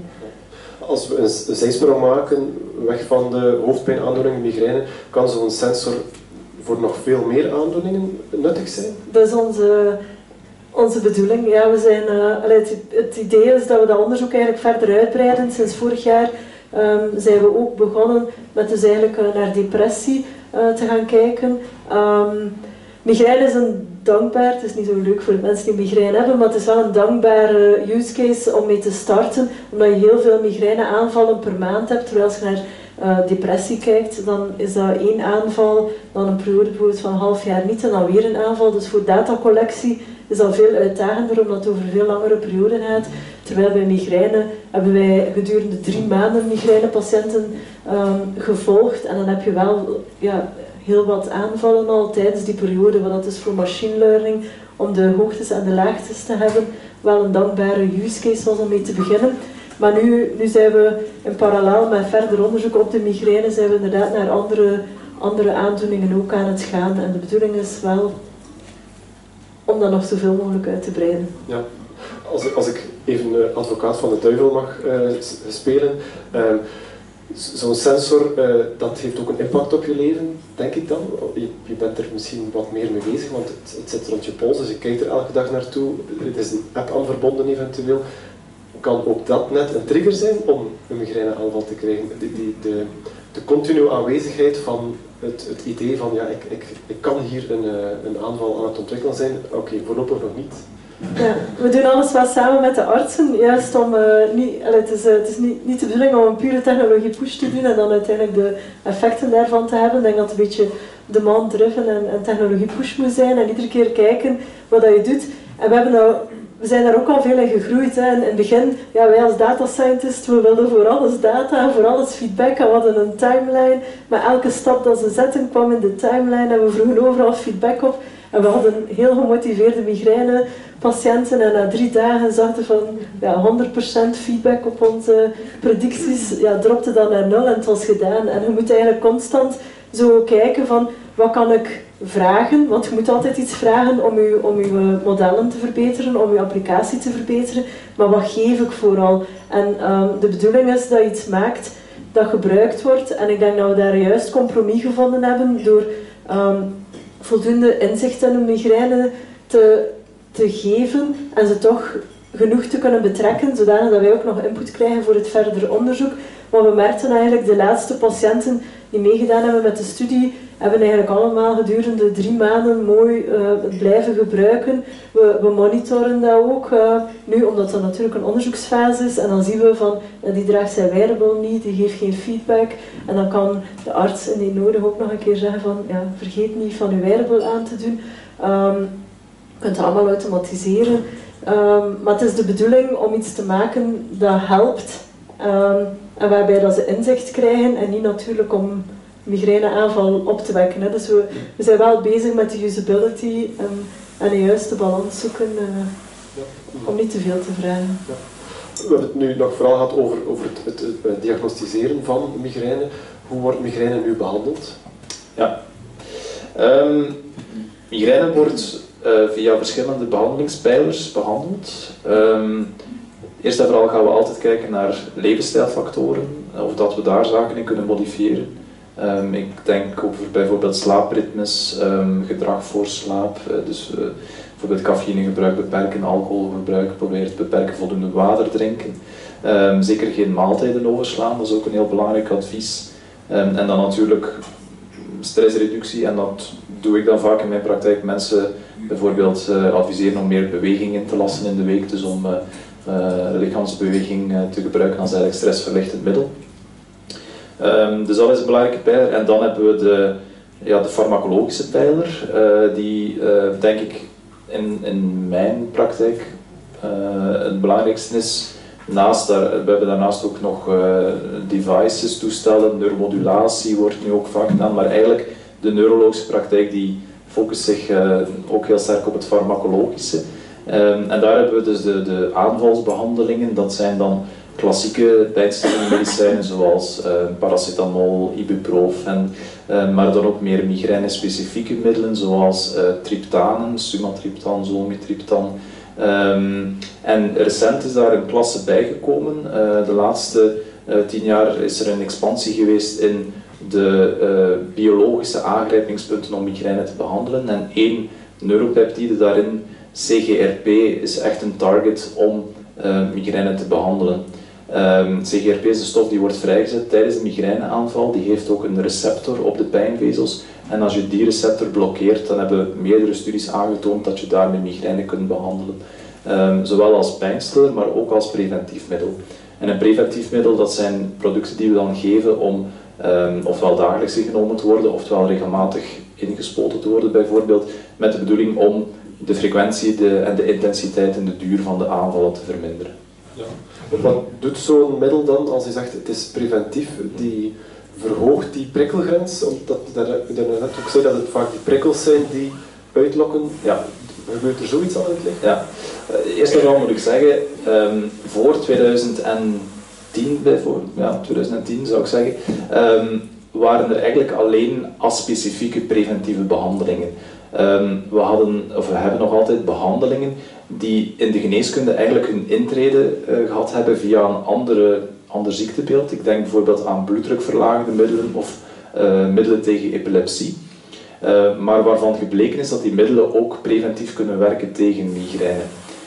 Als we een zijsprong maken, weg van de hoofdpijnaandoeningen, migraine, kan zo'n sensor voor nog veel meer aandoeningen nuttig zijn? Dat is onze, onze bedoeling. Ja, we zijn, uh, het, het idee is dat we dat onderzoek eigenlijk verder uitbreiden. Sinds vorig jaar um, zijn we ook begonnen met dus eigenlijk uh, naar depressie uh, te gaan kijken. Um, migraine is een dankbaar, het is niet zo leuk voor de mensen die migraine hebben, maar het is wel een dankbare use case om mee te starten, omdat je heel veel migraine aanvallen per maand hebt, terwijl als je naar uh, depressie kijkt, dan is dat één aanval, dan een periode bijvoorbeeld van een half jaar niet en dan weer een aanval. Dus voor datacollectie is dat veel uitdagender, omdat het over veel langere perioden gaat. Terwijl bij migraine hebben wij gedurende drie maanden migrainepatiënten um, gevolgd en dan heb je wel ja, heel wat aanvallen al tijdens die periode, wat dat is voor machine learning, om de hoogtes en de laagtes te hebben, wel een dankbare use case was om mee te beginnen. Maar nu, nu zijn we in parallel met verder onderzoek op de migraine, zijn we inderdaad naar andere, andere aandoeningen ook aan het gaan. En de bedoeling is wel om dat nog zoveel mogelijk uit te breiden. Ja. Als, als ik even uh, advocaat van de duivel mag uh, spelen, uh, zo'n sensor, uh, dat heeft ook een impact op je leven, denk ik dan. Je, je bent er misschien wat meer mee bezig, want het, het zit rond je pols, dus je kijkt er elke dag naartoe. Er is een app aan verbonden eventueel. Kan ook dat net een trigger zijn om een migraineaanval te krijgen? Die, die, de, de continue aanwezigheid van het, het idee van ja, ik, ik, ik kan hier een, een aanval aan het ontwikkelen zijn. Oké, okay, voorlopig nog niet. Ja, we doen alles wel samen met de artsen, juist om uh, niet, allee, het is, uh, het is niet, niet de bedoeling om een pure technologie push te doen en dan uiteindelijk de effecten daarvan te hebben. Ik denk dat het een beetje demand-driven en, en technologie push moet zijn en iedere keer kijken wat dat je doet. En we, hebben nou, we zijn daar ook al veel in gegroeid. Hè. In het begin, ja, wij als data scientist, we wilden voor alles data, voor alles feedback en we hadden een timeline. Maar elke stap dat ze zetten kwam in de timeline en we vroegen overal feedback op. En we hadden heel gemotiveerde migrainepatiënten en na drie dagen zagen van ja, honderd procent feedback op onze predicties, ja, dropte dat naar nul en het was gedaan. En je moet eigenlijk constant zo kijken van wat kan ik vragen, want je moet altijd iets vragen om je, om je modellen te verbeteren, om je applicatie te verbeteren, maar wat geef ik vooral? En um, de bedoeling is dat je iets maakt dat gebruikt wordt en ik denk dat we daar juist compromis gevonden hebben door um, voldoende inzicht in een migraine te, te geven en ze toch genoeg te kunnen betrekken, zodanig dat wij ook nog input krijgen voor het verdere onderzoek. Want we merkten eigenlijk de laatste patiënten die meegedaan hebben met de studie, hebben eigenlijk allemaal gedurende drie maanden mooi uh, het blijven gebruiken. We, we monitoren dat ook, uh, nu omdat dat natuurlijk een onderzoeksfase is en dan zien we van, uh, die draagt zijn wearable niet, die geeft geen feedback en dan kan de arts indien nodig ook nog een keer zeggen van, ja, vergeet niet van uw wearable aan te doen. Um, je kunt het allemaal automatiseren, um, maar het is de bedoeling om iets te maken dat helpt um, en waarbij dat ze inzicht krijgen en niet natuurlijk om migraineaanval op te wekken. Hè. Dus we, we zijn wel bezig met de usability en, en de juiste balans zoeken uh, ja. om niet te veel te vragen. Ja. We hebben het nu nog vooral gehad over, over het, het, het diagnosticeren van migraine. Hoe wordt migraine nu behandeld? Ja, um, migraine wordt uh, via verschillende behandelingspijlers behandeld. Um, eerst en vooral gaan we altijd kijken naar levensstijlfactoren, of dat we daar zaken in kunnen modifiëren. Um, ik denk over bijvoorbeeld slaapritmes, um, gedrag voor slaap, uh, dus uh, bijvoorbeeld cafeïnegebruik beperken, alcoholgebruik, probeer te beperken, voldoende water drinken. Um, zeker geen maaltijden overslaan, dat is ook een heel belangrijk advies. Um, en dan natuurlijk stressreductie, en dat doe ik dan vaak in mijn praktijk. Mensen bijvoorbeeld uh, adviseren om meer beweging in te lassen in de week, dus om uh, uh, lichaamsbeweging uh, te gebruiken als eigenlijk stressverlichtend middel. Um, dus dat is een belangrijke pijler. En dan hebben we de, ja, de farmacologische pijler, uh, die uh, denk ik in, in mijn praktijk uh, het belangrijkste is. Naast daar, we hebben daarnaast ook nog uh, devices, toestellen, neuromodulatie wordt nu ook vaak gedaan, maar eigenlijk de neurologische praktijk die focust zich uh, ook heel sterk op het farmacologische. Um, en daar hebben we dus de, de aanvalsbehandelingen, dat zijn dan klassieke pijnstillende medicijnen zoals uh, paracetamol, ibuprofen, uh, maar dan ook meer migraine-specifieke middelen zoals uh, triptanen, sumatriptan, zolmitriptan. Um, en recent is daar een klasse bijgekomen. Uh, de laatste uh, tien jaar is er een expansie geweest in de uh, biologische aangrijpingspunten om migraine te behandelen. En één neuropeptide daarin, C G R P, is echt een target om uh, migraine te behandelen. Um, C G R P is de stof die wordt vrijgezet tijdens de migraineaanval. Die heeft ook een receptor op de pijnvezels. En als je die receptor blokkeert, dan hebben meerdere studies aangetoond dat je daarmee migraine kunt behandelen. Um, zowel als pijnstiller, maar ook als preventief middel. En een preventief middel, dat zijn producten die we dan geven om um, ofwel dagelijks ingenomen te worden, ofwel regelmatig ingespoten te worden bijvoorbeeld, met de bedoeling om de frequentie de, en de intensiteit en de duur van de aanvallen te verminderen. Ja. Wat doet zo'n middel dan als je zegt het is preventief? Die verhoogt die prikkelgrens? Omdat je net ook zei dat het vaak die prikkels zijn die uitlokken. Ja. Gebeurt er zoiets al in het licht? Ja. Uh, eerst en vooral moet ik zeggen, um, voor tweeduizend tien bijvoorbeeld, ja, tweeduizend tien zou ik zeggen, um, waren er eigenlijk alleen aspecifieke preventieve behandelingen. Um, we hadden, of we hebben nog altijd behandelingen die in de geneeskunde eigenlijk hun intrede uh, gehad hebben via een andere, ander ziektebeeld. Ik denk bijvoorbeeld aan bloeddrukverlagende middelen of uh, middelen tegen epilepsie. Uh, maar waarvan gebleken is dat die middelen ook preventief kunnen werken tegen migraine.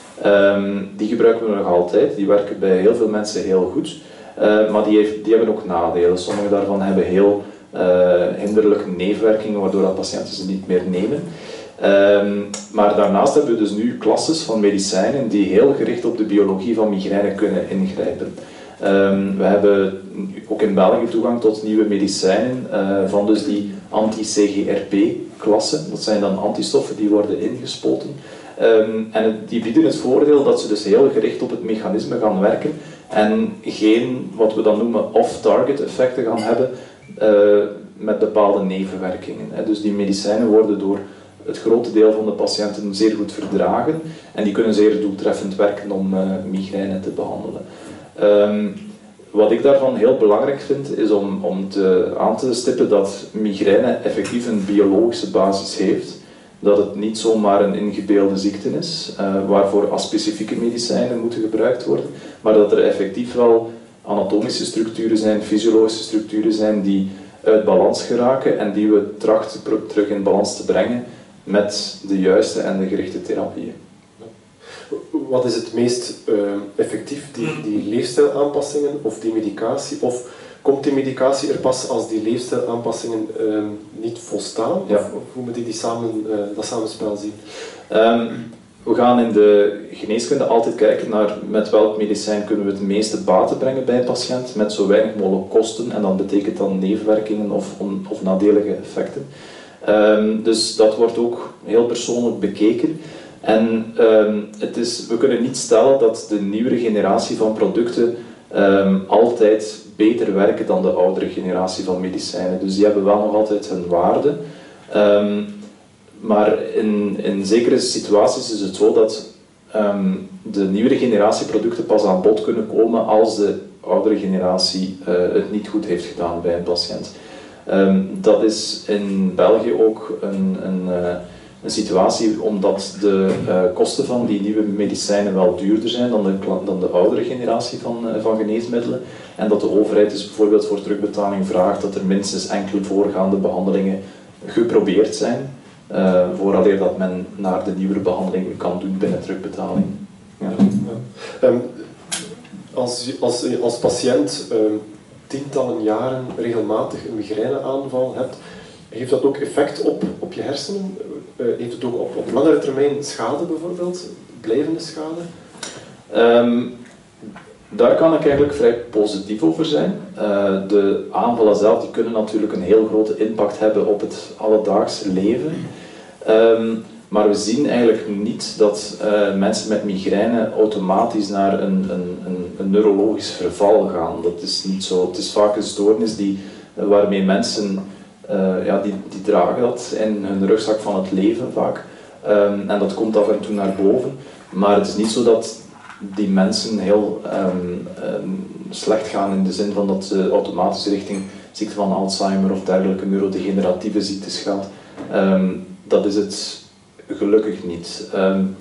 Um, die gebruiken we nog altijd, die werken bij heel veel mensen heel goed, uh, maar die, heeft, die hebben ook nadelen. Sommige daarvan hebben heel uh, hinderlijke nevenwerkingen, waardoor dat patiënten ze niet meer nemen. Um, maar daarnaast hebben we dus nu klasses van medicijnen die heel gericht op de biologie van migraine kunnen ingrijpen. Um, we hebben ook in België toegang tot nieuwe medicijnen uh, van dus die anti-C G R P-klassen. Dat zijn dan antistoffen die worden ingespoten. Um, en het, die bieden het voordeel dat ze dus heel gericht op het mechanisme gaan werken en geen, wat we dan noemen, off-target effecten gaan hebben uh, met bepaalde nevenwerkingen. Hè. Dus die medicijnen worden door het grote deel van de patiënten zeer goed verdragen en die kunnen zeer doeltreffend werken om uh, migraine te behandelen. Um, wat ik daarvan heel belangrijk vind, is om, om te, aan te stippen dat migraine effectief een biologische basis heeft. Dat het niet zomaar een ingebeelde ziekte is, uh, waarvoor aspecifieke medicijnen moeten gebruikt worden, maar dat er effectief wel anatomische structuren zijn, fysiologische structuren zijn die uit balans geraken en die we trachten terug in balans te brengen met de juiste en de gerichte therapieën. Wat is het meest uh, effectief, die, die leefstijlaanpassingen of die medicatie? Of komt die medicatie er pas als die leefstijlaanpassingen uh, niet volstaan? Ja. Of, of hoe moet ik die samen, uh, dat samenspel zien? Um, we gaan in de geneeskunde altijd kijken naar met welk medicijn kunnen we het meeste baten brengen bij een patiënt, met zo weinig mogelijk kosten, en dat betekent dan nevenwerkingen of, on, of nadelige effecten. Um, dus dat wordt ook heel persoonlijk bekeken. En um, het is, we kunnen niet stellen dat de nieuwere generatie van producten um, altijd beter werken dan de oudere generatie van medicijnen. Dus die hebben wel nog altijd hun waarde. Um, maar in, in zekere situaties is het zo dat um, de nieuwere generatie producten pas aan bod kunnen komen als de oudere generatie uh, het niet goed heeft gedaan bij een patiënt. Um, dat is in België ook een, een, uh, een situatie omdat de uh, kosten van die nieuwe medicijnen wel duurder zijn dan de, dan de oudere generatie van, uh, van geneesmiddelen. En dat de overheid dus bijvoorbeeld voor terugbetaling vraagt dat er minstens enkele voorgaande behandelingen geprobeerd zijn, uh, vooraleer dat men naar de nieuwere behandelingen kan doen binnen terugbetaling. Ja. Ja. Um, als, als, als patiënt um, tientallen jaren regelmatig een migraineaanval hebt, heeft dat ook effect op, op je hersenen? Uh, heeft het ook op, op langere termijn schade bijvoorbeeld? Blijvende schade? Um, daar kan ik eigenlijk vrij positief over zijn. Uh, de aanvallen zelf die kunnen natuurlijk een heel grote impact hebben op het alledaagse leven. Um, maar we zien eigenlijk niet dat uh, mensen met migraine automatisch naar een, een, een, een neurologisch verval gaan. Dat is niet zo. Het is vaak een stoornis die, uh, waarmee mensen, uh, ja, die, die dragen dat in hun rugzak van het leven vaak. Um, en dat komt af en toe naar boven. Maar het is niet zo dat die mensen heel um, um, slecht gaan in de zin van dat ze automatisch richting ziekte van Alzheimer of dergelijke neurodegeneratieve ziektes gaat. Um, dat is het gelukkig niet. Um,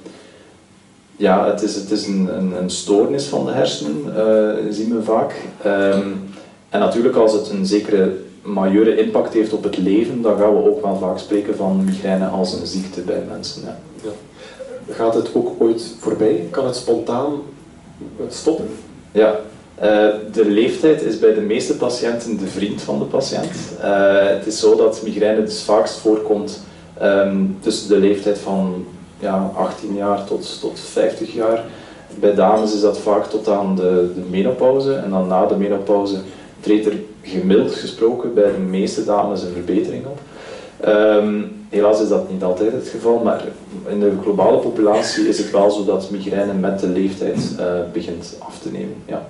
ja, het is, het is een, een, een stoornis van de hersenen, uh, zien we vaak. Um, en natuurlijk als het een zekere majeure impact heeft op het leven, dan gaan we ook wel vaak spreken van migraine als een ziekte bij mensen. Ja. Ja. Gaat het ook ooit voorbij? Kan het spontaan stoppen? Ja, uh, de leeftijd is bij de meeste patiënten de vriend van de patiënt. Uh, het is zo dat migraine dus vaakst voorkomt um, tussen de leeftijd van ja, achttien jaar tot, tot vijftig jaar. Bij dames is dat vaak tot aan de, de menopauze en dan na de menopauze treedt er gemiddeld gesproken bij de meeste dames een verbetering op. Um, helaas is dat niet altijd het geval, maar in de globale populatie is het wel zo dat migraine met de leeftijd uh, begint af te nemen. Ja.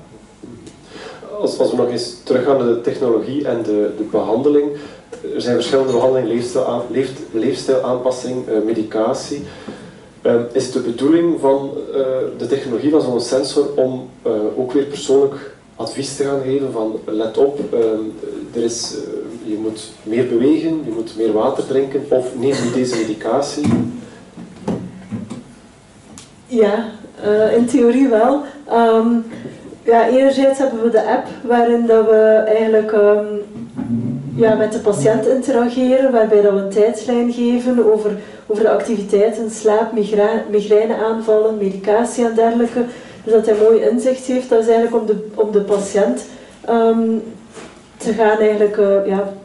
Als, als we nog eens teruggaan naar de technologie en de, de behandeling. Er zijn verschillende behandelingen, leefstijl, leef, leefstijlaanpassing, uh, medicatie. Um, is het de bedoeling van uh, de technologie van zo'n sensor om uh, ook weer persoonlijk advies te gaan geven van let op, uh, er is, uh, je moet meer bewegen, je moet meer water drinken of neem nu deze medicatie? Ja, uh, in theorie wel. Um, ja, enerzijds hebben we de app waarin dat we eigenlijk um, ja, met de patiënt interageren, waarbij dat we een tijdslijn geven over, over de activiteiten, slaap, migra- migraineaanvallen, medicatie en dergelijke. Dus dat hij mooi inzicht heeft. Dat is eigenlijk om de, om de patiënt um, te gaan eigenlijk, uh, ja,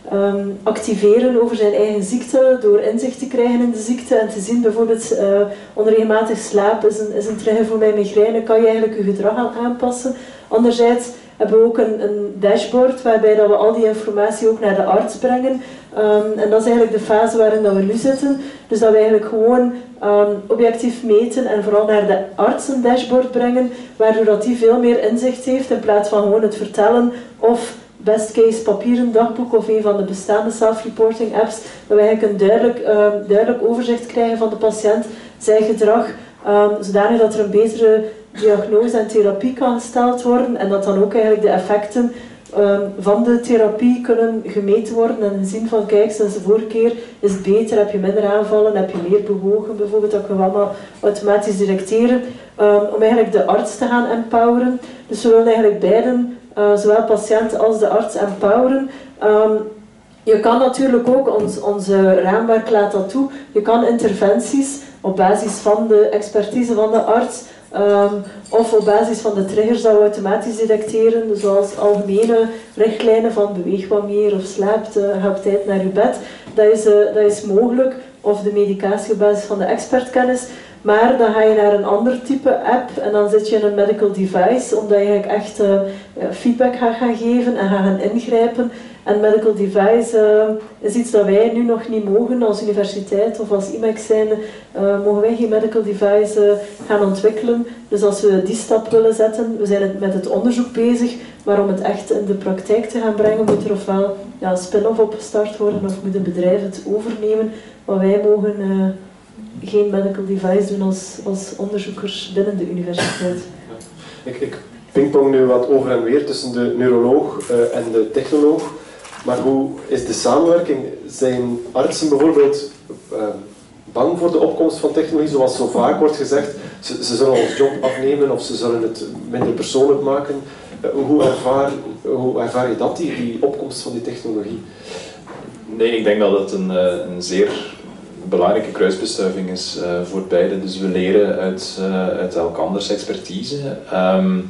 um, activeren over zijn eigen ziekte, door inzicht te krijgen in de ziekte en te zien bijvoorbeeld uh, onregelmatig slaap is een, is een trigger voor mijn migraine, kan je eigenlijk je gedrag aan aanpassen. Anderzijds hebben we ook een, een dashboard waarbij dat we al die informatie ook naar de arts brengen. Um, en dat is eigenlijk de fase waarin dat we nu zitten. Dus dat we eigenlijk gewoon um, objectief meten en vooral naar de arts een dashboard brengen, waardoor dat die veel meer inzicht heeft in plaats van gewoon het vertellen of best case papieren dagboek of een van de bestaande self-reporting apps, dat we eigenlijk een duidelijk, um, duidelijk overzicht krijgen van de patiënt, zijn gedrag, um, zodanig dat er een betere diagnose en therapie kan gesteld worden en dat dan ook eigenlijk de effecten um, van de therapie kunnen gemeten worden en gezien van kijk, sinds de vorige keer is het beter, heb je minder aanvallen, heb je meer bewogen bijvoorbeeld, dat kunnen we allemaal automatisch directeren um, om eigenlijk de arts te gaan empoweren. Dus we willen eigenlijk beiden, uh, zowel patiënt als de arts empoweren. Um, je kan natuurlijk ook, ons, onze raamwerk laat dat toe, je kan interventies op basis van de expertise van de arts Um, of op basis van de triggers dat we automatisch detecteren, zoals algemene richtlijnen van beweeg wat meer of slaapt, uh, ga op tijd naar je bed. Dat is, uh, dat is mogelijk, of de medicatie op basis van de expertkennis. Maar dan ga je naar een ander type app en dan zit je in een medical device, omdat je eigenlijk echt uh, feedback gaat gaan geven en gaat gaan ingrijpen. En medical device uh, is iets dat wij nu nog niet mogen als universiteit of als I M E C zijn, uh, mogen wij geen medical device uh, gaan ontwikkelen. Dus als we die stap willen zetten, we zijn met het onderzoek bezig, maar om het echt in de praktijk te gaan brengen, moet er ofwel ja, een spin-off opgestart worden of moet een bedrijf het overnemen, maar wij mogen uh, geen medical device doen als, als onderzoekers binnen de universiteit. Ik, ik pingpong nu wat over en weer tussen de neuroloog uh, en de technoloog. Maar hoe is de samenwerking? Zijn artsen bijvoorbeeld uh, bang voor de opkomst van technologie, zoals zo vaak wordt gezegd? Ze, ze zullen ons job afnemen of ze zullen het minder persoonlijk maken. Uh, hoe, ervaar, hoe ervaar je dat, die, die opkomst van die technologie? Nee, ik denk dat het een, een zeer belangrijke kruisbestuiving is uh, voor beide. Dus we leren uit, uh, uit elkanders expertise. Um,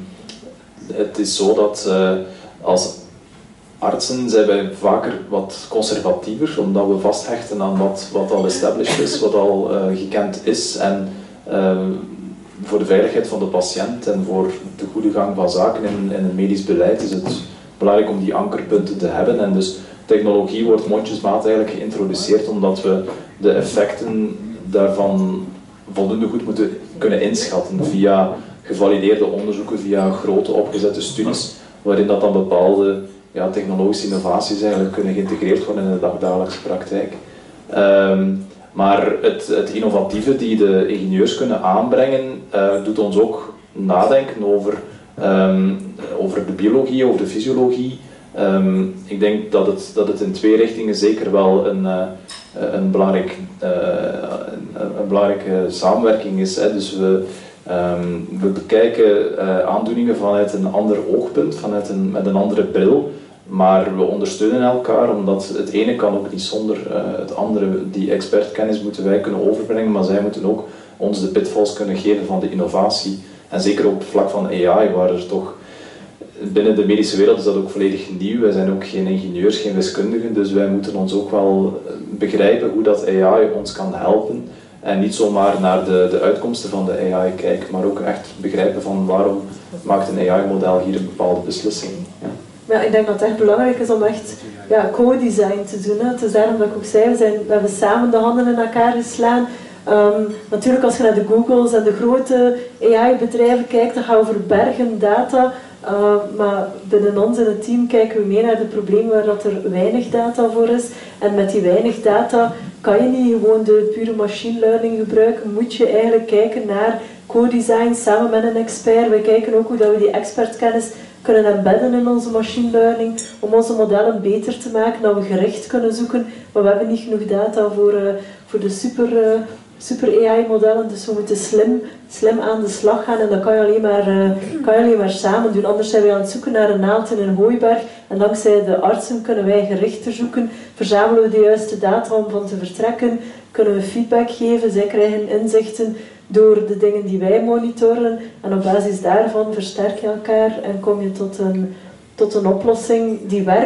het is zo dat uh, als artsen zijn wij vaker wat conservatiever, omdat we vasthechten aan wat, wat al established is, wat al uh, gekend is. En uh, voor de veiligheid van de patiënt en voor de goede gang van zaken in, in een medisch beleid is het belangrijk om die ankerpunten te hebben. En dus technologie wordt mondjesmaat eigenlijk geïntroduceerd omdat we de effecten daarvan voldoende goed moeten kunnen inschatten via gevalideerde onderzoeken, via grote opgezette studies, waarin dat dan bepaalde ja, technologische innovaties eigenlijk kunnen geïntegreerd worden in de dagdagelijkse praktijk. Um, maar het, het innovatieve die de ingenieurs kunnen aanbrengen, uh, doet ons ook nadenken over, um, over de biologie, over de fysiologie. Um, ik denk dat het, dat het in twee richtingen zeker wel een, uh, een, belangrijk, uh, een, een belangrijke samenwerking is. Hè. Dus we, um, we bekijken uh, aandoeningen vanuit een ander oogpunt, vanuit een, met een andere bril. Maar we ondersteunen elkaar, omdat het ene kan ook niet zonder uh, het andere. Die expertkennis moeten wij kunnen overbrengen, maar zij moeten ook ons de pitfalls kunnen geven van de innovatie. En zeker op het vlak van A I, waar er toch binnen de medische wereld is dat ook volledig nieuw. Wij zijn ook geen ingenieurs, geen wiskundigen, dus wij moeten ons ook wel begrijpen hoe dat A I ons kan helpen. En niet zomaar naar de, de uitkomsten van de A I kijken, maar ook echt begrijpen van waarom maakt een A I-model hier een bepaalde beslissing. Ja. Ja, ik denk dat het echt belangrijk is om echt ja, co-design te doen. Hè. Het is daarom dat ik ook zei, we, zijn, we hebben samen de handen in elkaar geslaan. Um, natuurlijk als je naar de Googles en de grote A I-bedrijven kijkt, dan gaan we over bergen data. Uh, maar binnen ons in het team kijken we meer naar de problemen waar dat er weinig data voor is. En met die weinig data kan je niet gewoon de pure machine learning gebruiken. Moet je eigenlijk kijken naar co-design samen met een expert. We kijken ook hoe dat we die expertkennis kunnen embedden in onze machine learning om onze modellen beter te maken, dat we gericht kunnen zoeken. Maar we hebben niet genoeg data voor, uh, voor de super, uh, super A I-modellen, dus we moeten slim, slim aan de slag gaan en dat kan je, alleen maar, uh, kan je alleen maar samen doen. Anders zijn we aan het zoeken naar een naald in een hooiberg en dankzij de artsen kunnen wij gerichter zoeken, verzamelen we de juiste data om van te vertrekken, kunnen we feedback geven, zij krijgen inzichten door de dingen die wij monitoren en op basis daarvan versterk je elkaar en kom je tot een, tot een oplossing die werkt.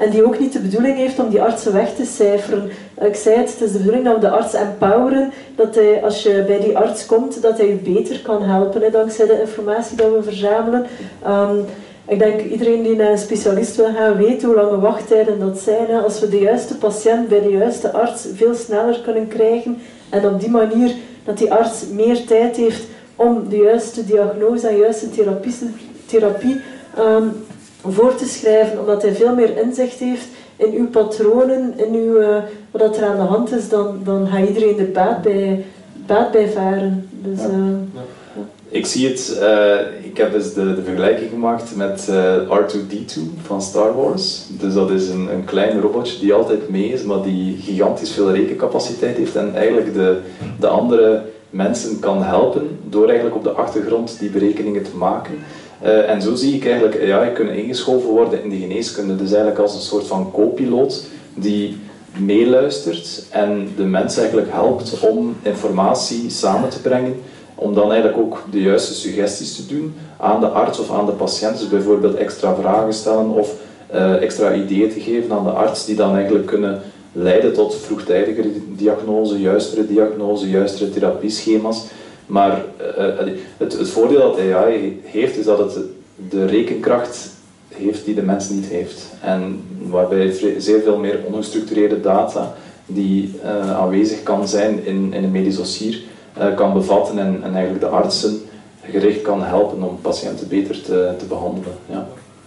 en die ook niet de bedoeling heeft om die artsen weg te cijferen. Ik zei het, het is de bedoeling dat we de arts empoweren, dat hij, als je bij die arts komt, dat hij je beter kan helpen, hè, dankzij de informatie dat we verzamelen. Um, ik denk iedereen die naar een specialist wil gaan, weet hoe lange wachttijden dat zijn. Hè. Als we de juiste patiënt bij de juiste arts veel sneller kunnen krijgen, en op die manier dat die arts meer tijd heeft om de juiste diagnose en juiste therapie, therapie um, voor te schrijven, omdat hij veel meer inzicht heeft in uw patronen, in uw, uh, wat er aan de hand is, dan, dan gaat iedereen er baat bij, baat bij varen. Dus, uh, ja. Ja. Ik zie het, uh, ik heb dus de, de vergelijking gemaakt met uh, R twee D twee van Star Wars. Dus dat is een, een klein robotje die altijd mee is, maar die gigantisch veel rekencapaciteit heeft en eigenlijk de, de andere mensen kan helpen door eigenlijk op de achtergrond die berekeningen te maken. Uh, en zo zie ik eigenlijk A I kunnen ingeschoven worden in de geneeskunde. Dus eigenlijk als een soort van co-piloot die meeluistert en de mens eigenlijk helpt om informatie samen te brengen, om dan eigenlijk ook de juiste suggesties te doen aan de arts of aan de patiënt. Dus bijvoorbeeld extra vragen stellen of uh, extra ideeën te geven aan de arts die dan eigenlijk kunnen leiden tot vroegtijdigere diagnose, juistere diagnose, juistere therapieschema's. Maar uh, het, het voordeel dat A I heeft is dat het de rekenkracht heeft die de mens niet heeft. En waarbij zeer veel meer ongestructureerde data die uh, aanwezig kan zijn in, in een medisch dossier uh, kan bevatten en, en eigenlijk de artsen gericht kan helpen om patiënten beter te, te behandelen. Ja.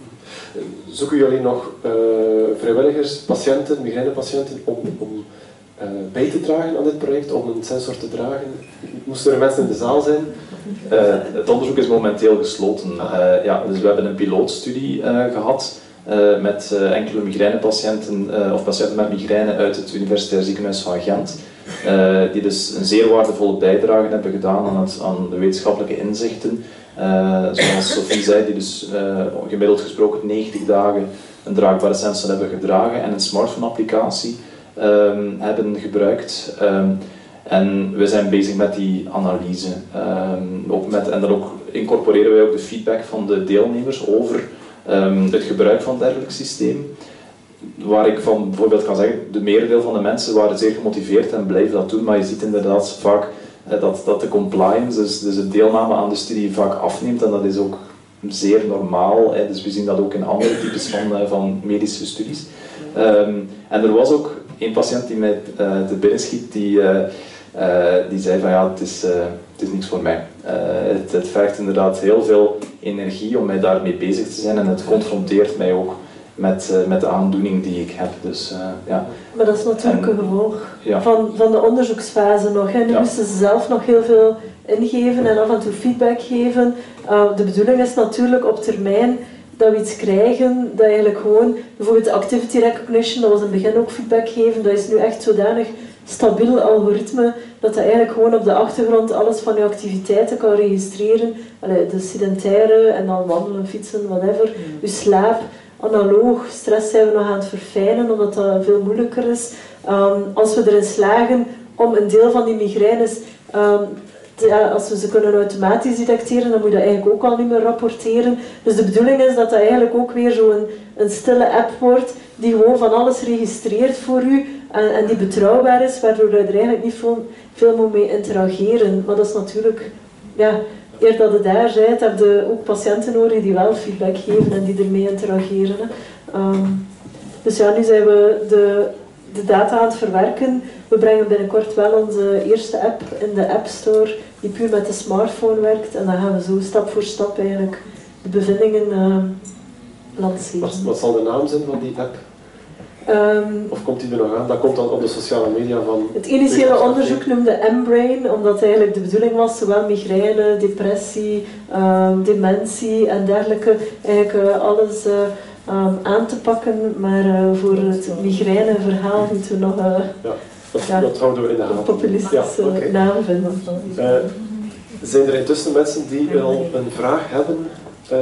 Zoeken jullie nog uh, vrijwilligers, patiënten, migrainepatiënten om, om uh, bij te dragen aan dit project, om een sensor te dragen? Moesten er mensen in de zaal zijn? Uh, het onderzoek is momenteel gesloten. Uh, ja, dus we hebben een pilootstudie uh, gehad uh, met uh, enkele migrainepatiënten uh, of patiënten met migraine uit het Universitair Ziekenhuis van Gent, uh, die dus een zeer waardevolle bijdrage hebben gedaan aan, het, aan de wetenschappelijke inzichten. Uh, zoals Sophie zei, die dus uh, gemiddeld gesproken negentig dagen een draagbare sensor hebben gedragen en een smartphone-applicatie um, hebben gebruikt. Um, en we zijn bezig met die analyse. Um, ook met, en dan ook incorporeren wij ook de feedback van de deelnemers over um, het gebruik van een dergelijk systeem. Waar ik van bijvoorbeeld kan zeggen, de merendeel van de mensen waren zeer gemotiveerd en blijven dat doen, maar je ziet inderdaad vaak Dat, dat de compliance, dus, dus de deelname aan de studie, vaak afneemt en dat is ook zeer normaal. Hè. Dus we zien dat ook in andere types van, van medische studies. Um, en er was ook één patiënt die mij uh, te binnen schiet, die, uh, uh, die zei van ja, het is, uh, het is niks voor mij. Uh, het, het vergt inderdaad heel veel energie om mij daarmee bezig te zijn en het confronteert mij ook met, uh, met de aandoening die ik heb. Dus, uh, ja. Maar dat is natuurlijk en, een gevolg ja. van, van de onderzoeksfase nog. Hè. Nu ja. moesten ze zelf nog heel veel ingeven en af en toe feedback geven. Uh, de bedoeling is natuurlijk op termijn dat we iets krijgen dat eigenlijk gewoon, bijvoorbeeld de activity recognition, dat was in het begin ook feedback geven, dat is nu echt zodanig stabiel algoritme dat dat eigenlijk gewoon op de achtergrond alles van je activiteiten kan registreren. Allee, de sedentaire en dan wandelen, fietsen, whatever, je slaap. Analoog, stress zijn we nog aan het verfijnen, omdat dat veel moeilijker is. Um, als we erin slagen om een deel van die migraines, um, te, ja, als we ze kunnen automatisch detecteren, dan moet je dat eigenlijk ook al niet meer rapporteren. Dus de bedoeling is dat dat eigenlijk ook weer zo'n een, een stille app wordt, die gewoon van alles registreert voor u en, en die betrouwbaar is, waardoor je er eigenlijk niet veel, veel moet mee interageren. Maar dat is natuurlijk... Ja, eer dat je daar bent, heb je ook patiënten nodig die wel feedback geven en die ermee interageren. Um, dus ja, nu zijn we de, de data aan het verwerken. We brengen binnenkort wel onze eerste app in de App Store, die puur met de smartphone werkt. En dan gaan we zo stap voor stap eigenlijk de bevindingen uh, lanceren. Wat, wat zal de naam zijn van die app? Um, of komt die er nog aan? Dat komt dan op de sociale media van... Het initiële onderzoek noemde M-Brain, omdat eigenlijk de bedoeling was zowel migraine, depressie, um, dementie en dergelijke, eigenlijk uh, alles uh, um, aan te pakken, maar uh, voor het migraineverhaal moeten we nog uh, ja, dat, ja, dat houden we in de een populistische ja, okay. naam vinden. Uh, zijn er intussen mensen die al een vraag hebben? Uh,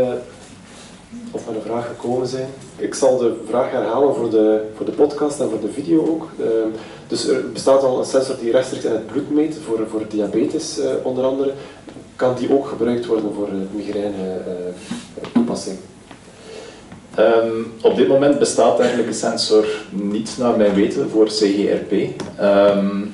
of met een vraag gekomen zijn. Ik zal de vraag herhalen voor de, voor de podcast en voor de video ook. Uh, dus er bestaat al een sensor die rechtstreeks in het bloed meet, voor, voor diabetes uh, onder andere. Kan die ook gebruikt worden voor uh, migraine uh, toepassing? Um, op dit moment bestaat eigenlijk een sensor niet naar mijn weten voor C G R P. Um,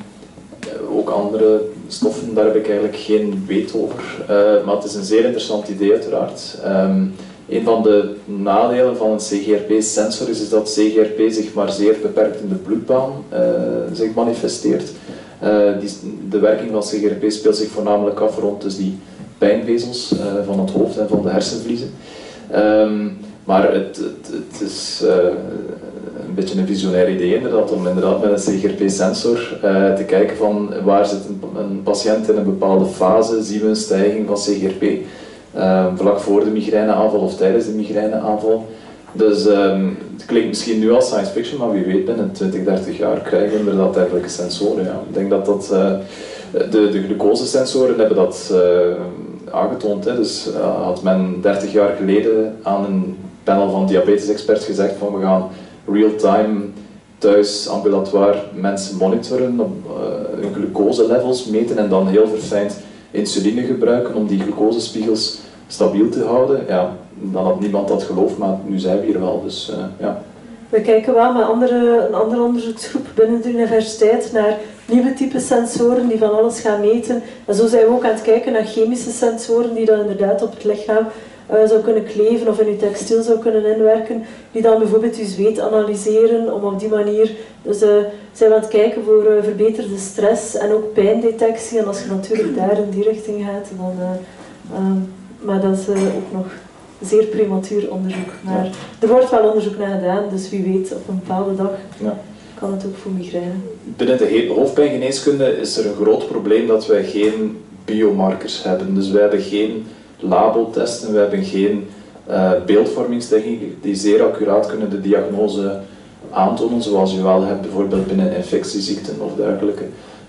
ook andere stoffen, daar heb ik eigenlijk geen weet over. Uh, maar het is een zeer interessant idee uiteraard. Um, een van de nadelen van een C G R P-sensor is, is dat C G R P zich maar zeer beperkt in de bloedbaan uh, zich manifesteert. Uh, die, de werking van C G R P speelt zich voornamelijk af rond dus die pijnvezels uh, van het hoofd en van de hersenvliezen. Um, maar het, het, het is uh, een beetje een visionair idee inderdaad, om inderdaad met een C G R P-sensor uh, te kijken van waar zit een, een patiënt in een bepaalde fase, zien we een stijging van C G R P uh, vlak voor de migraineaanval of tijdens de migraineaanval. Dus um, het klinkt misschien nu als science fiction, maar wie weet binnen twintig, dertig jaar krijgen we inderdaad dergelijke sensoren. Ja. Ik denk dat dat uh, de, de glucosesensoren hebben dat uh, aangetoond. Hè. Dus uh, had men dertig jaar geleden aan een panel van diabetes-experts gezegd van we gaan real-time thuis ambulatoire mensen monitoren, op uh, hun glucoselevels meten en dan heel verfijnd insuline gebruiken om die glucosespiegels stabiel te houden. Ja, dan had niemand dat geloofd, maar nu zijn we hier wel. Dus, uh, ja. We kijken wel met andere, een andere onderzoeksgroep binnen de universiteit naar nieuwe typen sensoren die van alles gaan meten. En zo zijn we ook aan het kijken naar chemische sensoren die dan inderdaad op het lichaam uh, zou kunnen kleven of in uw textiel zou kunnen inwerken, die dan bijvoorbeeld uw zweet analyseren om op die manier, dus uh, zijn we aan het kijken voor uh, verbeterde stress en ook pijndetectie. En als je natuurlijk daar in die richting gaat, dan, uh, um, maar dat is uh, ook nog zeer prematuur onderzoek. Maar ja. Er wordt wel onderzoek naar gedaan, dus wie weet op een bepaalde dag ja. kan het ook voor migraine. Binnen de hoofdpijngeneeskunde is er een groot probleem dat wij geen biomarkers hebben. Dus wij hebben geen labotesten, we hebben geen uh, beeldvormingstechnieken die zeer accuraat kunnen de diagnose aantonen, zoals je wel hebt bijvoorbeeld binnen infectieziekten of dergelijke.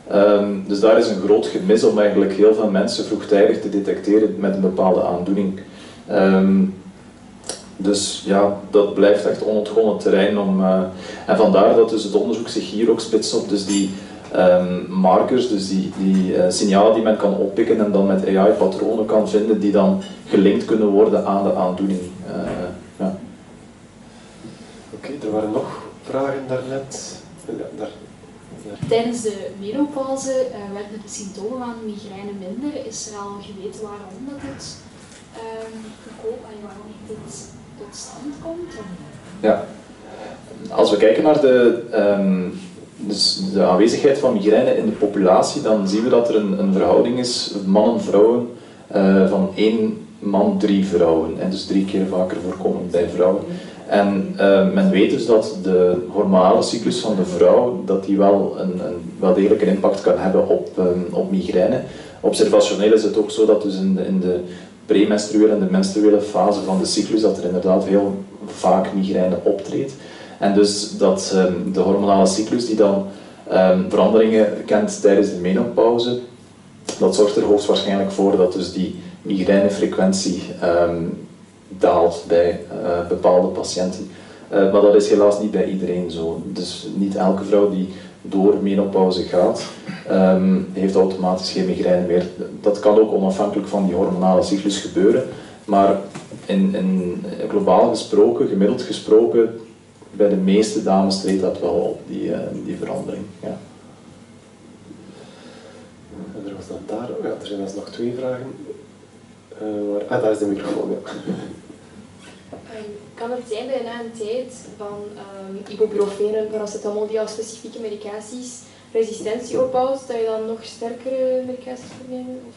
Um, dus daar is een groot gemis om eigenlijk heel veel mensen vroegtijdig te detecteren met een bepaalde aandoening. Um, dus ja, dat blijft echt onontgonnen terrein om, uh, en vandaar dat dus het onderzoek zich hier ook spitst op dus die um, markers, dus die, die uh, signalen die men kan oppikken en dan met A I-patronen kan vinden die dan gelinkt kunnen worden aan de aandoening. Uh, ja. Oké, okay, er waren nog vragen daarnet. Ja, daar. Ja. Tijdens de menopauze uh, werden de symptomen van migraine minder. Is er al geweten waarom dat het Um, waarom dit tot stand komt? Ja, als we kijken naar de, um, dus de aanwezigheid van migraine in de populatie, dan zien we dat er een, een verhouding is, mannen-vrouwen, uh, van één man, drie vrouwen. En dus drie keer vaker voorkomend bij vrouwen. En uh, men weet dus dat de hormonale cyclus van de vrouw, dat die wel, een, een, wel degelijk een impact kan hebben op, um, op migraine. Observationeel is het ook zo dat dus in de, in de premenstruele en de menstruele fase van de cyclus dat er inderdaad heel vaak migraine optreedt. En dus dat um, de hormonale cyclus die dan um, veranderingen kent tijdens de menopauze, dat zorgt er hoogstwaarschijnlijk voor dat dus die migrainefrequentie um, daalt bij uh, bepaalde patiënten. Uh, maar dat is helaas niet bij iedereen zo. Dus niet elke vrouw die door menopauze gaat, um, heeft automatisch geen migraine meer. Dat kan ook onafhankelijk van die hormonale cyclus gebeuren, maar in, in, globaal gesproken, gemiddeld gesproken, bij de meeste dames treedt dat wel op, die, uh, die verandering. Ja. En er was dan daar, oh ja, er zijn nog twee vragen. Uh, waar, ah, daar is de microfoon, ja. Kan het zijn dat je na een tijd van um, ibuprofenen, paracetamol, die al specifieke medicaties, resistentie opbouwt, dat je dan nog sterkere medicaties moet nemen? Of?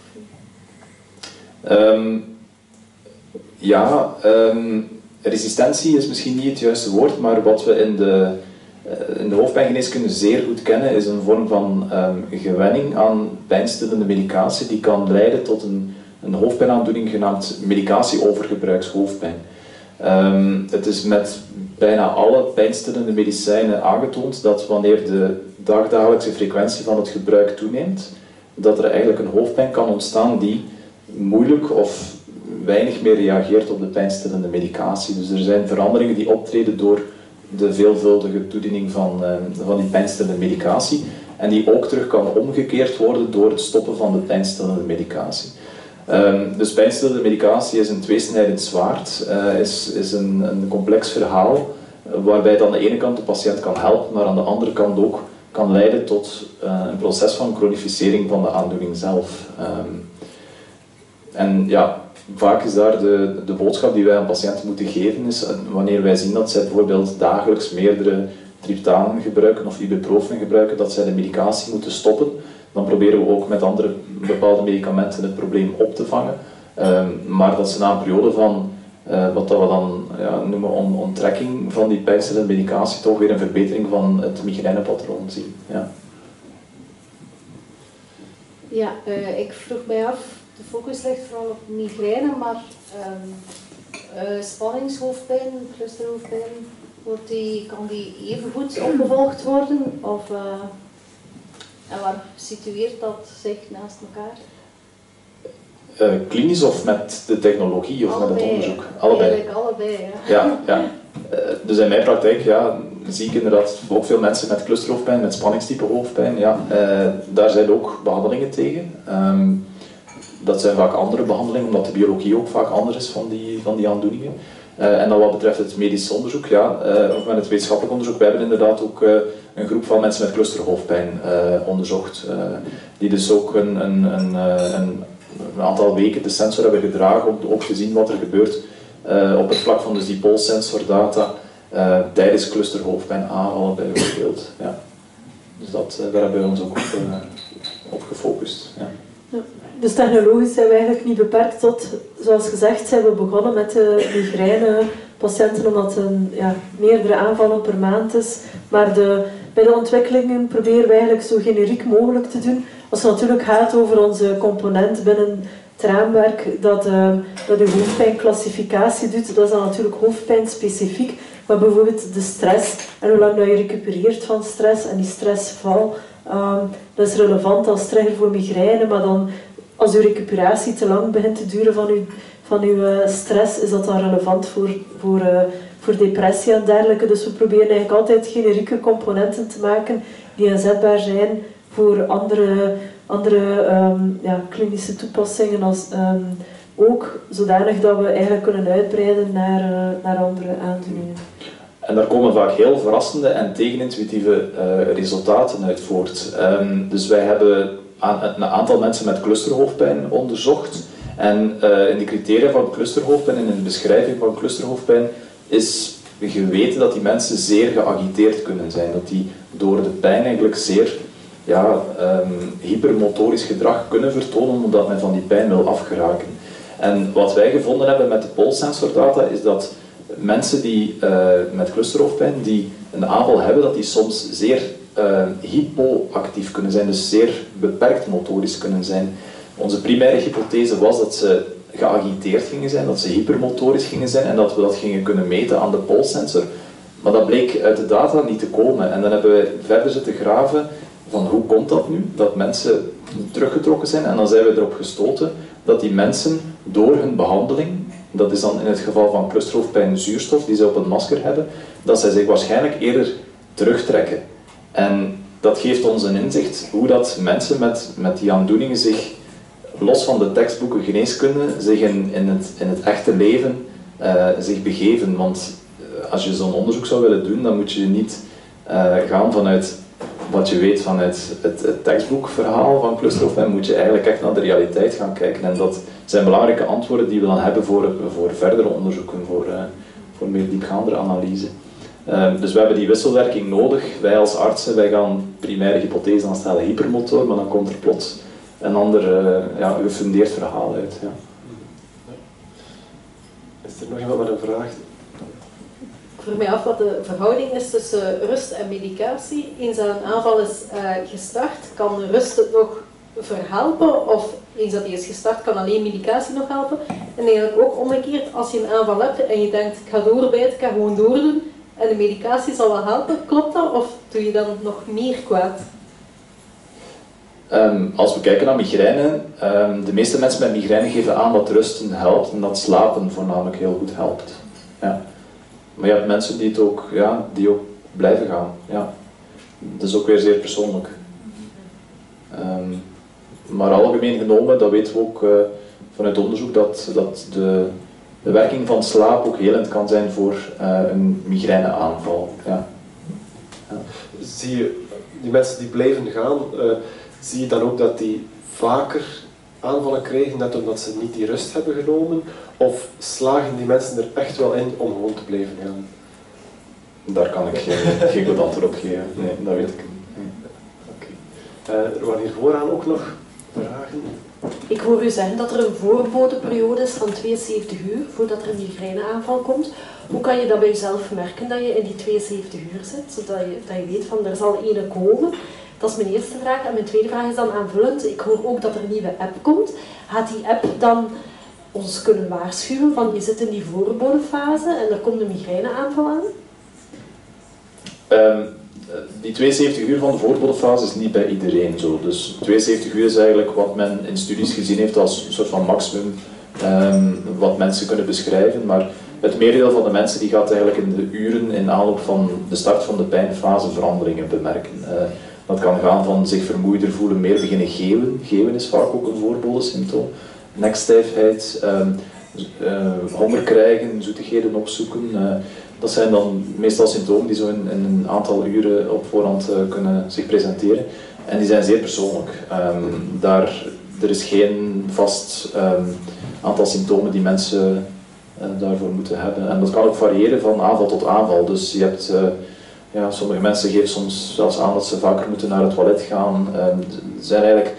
Um, ja, um, resistentie is misschien niet het juiste woord, maar wat we in de, uh, in de hoofdpijngeneeskunde zeer goed kennen, is een vorm van um, gewenning aan pijnstillende medicatie die kan leiden tot een, een hoofdpijnaandoening genaamd medicatieovergebruikshoofdpijn. Um, het is met bijna alle pijnstillende medicijnen aangetoond dat wanneer de dagdagelijkse frequentie van het gebruik toeneemt, dat er eigenlijk een hoofdpijn kan ontstaan die moeilijk of weinig meer reageert op de pijnstillende medicatie. Dus er zijn veranderingen die optreden door de veelvuldige toediening van, uh, van die pijnstillende medicatie en die ook terug kan omgekeerd worden door het stoppen van de pijnstillende medicatie. Um, dus pijnstillende medicatie is een tweesnijdend zwaard, uh, is, is een, een complex verhaal waarbij het aan de ene kant de patiënt kan helpen, maar aan de andere kant ook kan leiden tot uh, een proces van chronificering van de aandoening zelf. Um, en ja, vaak is daar de, de boodschap die wij aan patiënten moeten geven, is wanneer wij zien dat zij bijvoorbeeld dagelijks meerdere triptanen gebruiken of ibuprofen gebruiken, dat zij de medicatie moeten stoppen, dan proberen we ook met andere bepaalde medicamenten het probleem op te vangen. Um, maar dat ze na een periode van uh, wat dat we dan ja, noemen on onttrekking van die pijnstillende medicatie toch weer een verbetering van het migrainepatroon zien. Ja, ja uh, ik vroeg mij af, de focus ligt vooral op migraine, maar um, uh, spanningshoofdpijn, clusterhoofdpijn, wordt die, kan die even goed opgevolgd worden? Of, uh, en waar situeert dat zich naast elkaar? Uh, klinisch of met de technologie of allebei, met het onderzoek? Allebei. Eigenlijk allebei, ja. Ja, ja. Uh, dus in mijn praktijk ja, zie ik inderdaad ook veel mensen met clusterhoofdpijn, met spanningstype hoofdpijn. Ja. Uh, daar zijn ook behandelingen tegen. Um, dat zijn vaak andere behandelingen, omdat de biologie ook vaak anders is van die, van die aandoeningen. Uh, en dan wat betreft het medisch onderzoek, ja, uh, of met het wetenschappelijk onderzoek, wij hebben inderdaad ook uh, een groep van mensen met clusterhoofdpijn uh, onderzocht, uh, die dus ook een, een, een, een, een aantal weken de sensor hebben gedragen om ook te zien wat er gebeurt uh, op het vlak van dus die polssensordata uh, tijdens clusterhoofdpijn aanvallen bijvoorbeeld. Ja. Dus dat, uh, daar hebben we ons ook op, uh, op gefocust. Ja. Ja. Dus technologisch zijn we eigenlijk niet beperkt tot, zoals gezegd, zijn we begonnen met de migrainepatiënten omdat het een, ja, meerdere aanvallen per maand is. Maar de, bij de ontwikkelingen proberen we eigenlijk zo generiek mogelijk te doen. Als het natuurlijk gaat over onze component binnen het raamwerk dat, uh, dat de hoofdpijnclassificatie doet, dat is dan natuurlijk hoofdpijn specifiek. Maar bijvoorbeeld de stress en hoe lang dat je recupereert van stress en die stressval, um, dat is relevant als trigger voor migraine, maar dan als uw recuperatie te lang begint te duren van uw, van uw stress, is dat dan relevant voor, voor, uh, voor depressie en dergelijke. Dus we proberen eigenlijk altijd generieke componenten te maken die inzetbaar zijn voor andere, andere um, ja, klinische toepassingen als, um, ook zodanig dat we eigenlijk kunnen uitbreiden naar, uh, naar andere aandoeningen. En daar komen vaak heel verrassende en tegenintuïtieve uh, resultaten uit voort. Um, dus wij hebben een aantal mensen met clusterhoofdpijn onderzocht. En uh, in de criteria van clusterhoofdpijn en in de beschrijving van clusterhoofdpijn is geweten dat die mensen zeer geagiteerd kunnen zijn. Dat die door de pijn eigenlijk zeer ja, um, hypermotorisch gedrag kunnen vertonen omdat men van die pijn wil afgeraken. En wat wij gevonden hebben met de polssensordata is dat mensen die uh, met clusterhoofdpijn die een aanval hebben, dat die soms zeer uh, hypoactief kunnen zijn, dus zeer beperkt motorisch kunnen zijn. Onze primaire hypothese was dat ze geagiteerd gingen zijn, dat ze hypermotorisch gingen zijn en dat we dat gingen kunnen meten aan de polssensor. Maar dat bleek uit de data niet te komen. En dan hebben we verder zitten graven van hoe komt dat nu, dat mensen teruggetrokken zijn. En dan zijn we erop gestoten dat die mensen door hun behandeling, dat is dan in het geval van clusterhoofdpijn zuurstof die ze op een masker hebben, dat zij zich waarschijnlijk eerder terugtrekken. En dat geeft ons een inzicht hoe dat mensen met, met die aandoeningen zich, los van de tekstboeken geneeskunde, zich in, in, het, in het echte leven uh, zich begeven. Want als je zo'n onderzoek zou willen doen, dan moet je niet uh, gaan vanuit wat je weet vanuit het, het tekstboekverhaal van clusterhoofdpijn, moet je eigenlijk echt naar de realiteit gaan kijken. En dat zijn belangrijke antwoorden die we dan hebben voor, voor verdere onderzoeken, voor, uh, voor meer diepgaandere analyse. Uh, dus we hebben die wisselwerking nodig. Wij als artsen, wij gaan primaire hypothese aanstellen hypermotor, maar dan komt er plots een ander uh, ja, gefundeerd verhaal uit. Ja. Is er nog iemand met een vraag? Ik vroeg mij af wat de verhouding is tussen rust en medicatie. Eens dat een aanval is uh, gestart, kan rust het nog verhelpen? Of eens dat die is gestart, kan alleen medicatie nog helpen? En eigenlijk ook omgekeerd, als je een aanval hebt en je denkt, ik ga doorbijten, ik ga gewoon doordoen, en de medicatie zal wel helpen, klopt dat? Of doe je dan nog meer kwaad? Um, als we kijken naar migraine, um, de meeste mensen met migraine geven aan dat rusten helpt en dat slapen voornamelijk heel goed helpt. Ja. Maar je hebt mensen die het ook, ja, die ook blijven gaan. Ja. Dat is ook weer zeer persoonlijk. Um, maar algemeen genomen, dat weten we ook uh, vanuit onderzoek dat, dat de, de werking van slaap ook helend kan zijn voor uh, een migraineaanval. Ja. Ja. Zie je, die mensen die blijven gaan, uh, zie je dan ook dat die vaker aanvallen krijgen net omdat ze niet die rust hebben genomen? Of slagen die mensen er echt wel in om gewoon te blijven gaan? Daar kan ik geen, geen goed antwoord op geven. Nee, dat weet ik niet. Nee. Okay. Uh, er waren hier vooraan ook nog vragen. Ik hoor u zeggen dat er een voorbodeperiode is van tweeënzeventig uur voordat er een migraineaanval komt. Hoe kan je dat bij jezelf merken dat je in die tweeënzeventig uur zit, zodat je, dat je weet van er zal ene komen? Dat is mijn eerste vraag. En mijn tweede vraag is dan aanvullend. Ik hoor ook dat er een nieuwe app komt. Gaat die app dan ons kunnen waarschuwen van je zit in die voorbodefase en er komt een migraineaanval aan? Um, die tweeënzeventig uur van de voorbodefase is niet bij iedereen zo. Dus tweeënzeventig uur is eigenlijk wat men in studies gezien heeft als een soort van maximum um, wat mensen kunnen beschrijven. Maar het merendeel van de mensen die gaat eigenlijk in de uren in aanloop van de start van de pijnfase veranderingen bemerken. Uh, dat kan gaan van zich vermoeider voelen, meer beginnen geeuwen. Geeuwen is vaak ook een voorbodesymptoom. Nekstijfheid, um, uh, honger krijgen, zoetigheden opzoeken. Uh, Dat zijn dan meestal symptomen die zo in, in een aantal uren op voorhand uh, kunnen zich presenteren. En die zijn zeer persoonlijk. Um, daar, er is geen vast um, aantal symptomen die mensen uh, daarvoor moeten hebben. En dat kan ook variëren van aanval tot aanval. Dus je hebt, uh, ja, sommige mensen geven soms zelfs aan dat ze vaker moeten naar het toilet gaan. Um, het zijn eigenlijk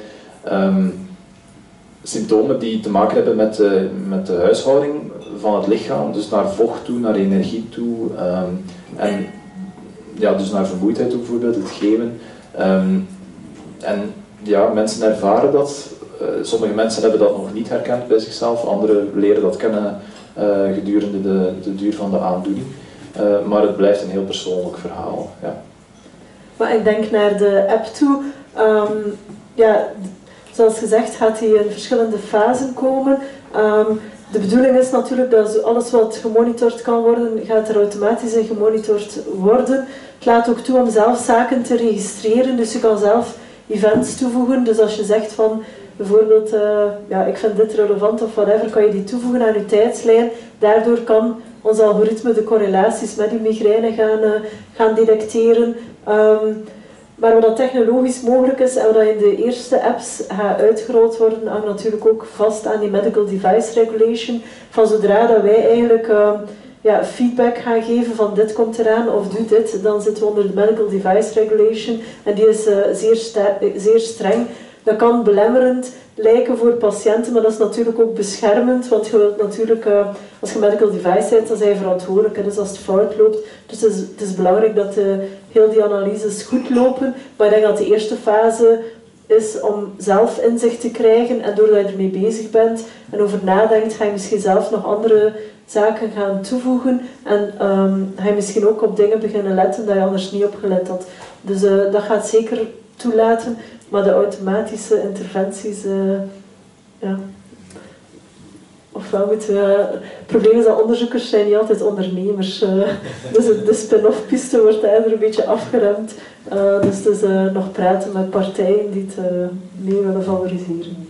um, symptomen die te maken hebben met, uh, met de huishouding van het lichaam, dus naar vocht toe, naar energie toe, um, en ja, dus naar vermoeidheid toe bijvoorbeeld, het geven. Um, en ja, mensen ervaren dat. Uh, sommige mensen hebben dat nog niet herkend bij zichzelf, anderen leren dat kennen uh, gedurende de, de duur van de aandoening. Uh, maar het blijft een heel persoonlijk verhaal. Ja. Maar ik denk naar de app toe. Um, ja, zoals gezegd gaat die in verschillende fasen komen. Um, De bedoeling is natuurlijk dat alles wat gemonitord kan worden, gaat er automatisch in gemonitord worden. Het laat ook toe om zelf zaken te registreren, dus je kan zelf events toevoegen. Dus als je zegt van, bijvoorbeeld, uh, ja, ik vind dit relevant of whatever, kan je die toevoegen aan je tijdslijn. Daardoor kan ons algoritme de correlaties met die migraine gaan, uh, gaan detecteren. Um, Maar wat dat technologisch mogelijk is en wat in de eerste apps gaat uitgerold worden, hangt natuurlijk ook vast aan die Medical Device Regulation. Van zodra dat wij eigenlijk uh, ja, feedback gaan geven van dit komt eraan of doe dit, dan zitten we onder de Medical Device Regulation en die is uh, zeer, zeer streng. Dat kan belemmerend lijken voor patiënten, maar dat is natuurlijk ook beschermend, want je wilt natuurlijk, uh, als je medical device bent, dan zijn je verantwoordelijk, hè, dus als het fout loopt. Dus het is, het is belangrijk dat uh, heel die analyses goed lopen, maar ik denk dat de eerste fase is om zelf inzicht te krijgen en doordat je ermee bezig bent en over nadenkt, ga je misschien zelf nog andere zaken gaan toevoegen en um, ga je misschien ook op dingen beginnen letten dat je anders niet op gelet had. Dus uh, dat gaat zeker toelaten, maar de automatische interventies, uh, ja. Ofwel moeten we... Het probleem is dat onderzoekers zijn niet altijd ondernemers. Uh, dus de spin-off piste wordt eigenlijk een beetje afgeremd. Uh, dus het is uh, nog praten met partijen die het uh, mee willen valoriseren.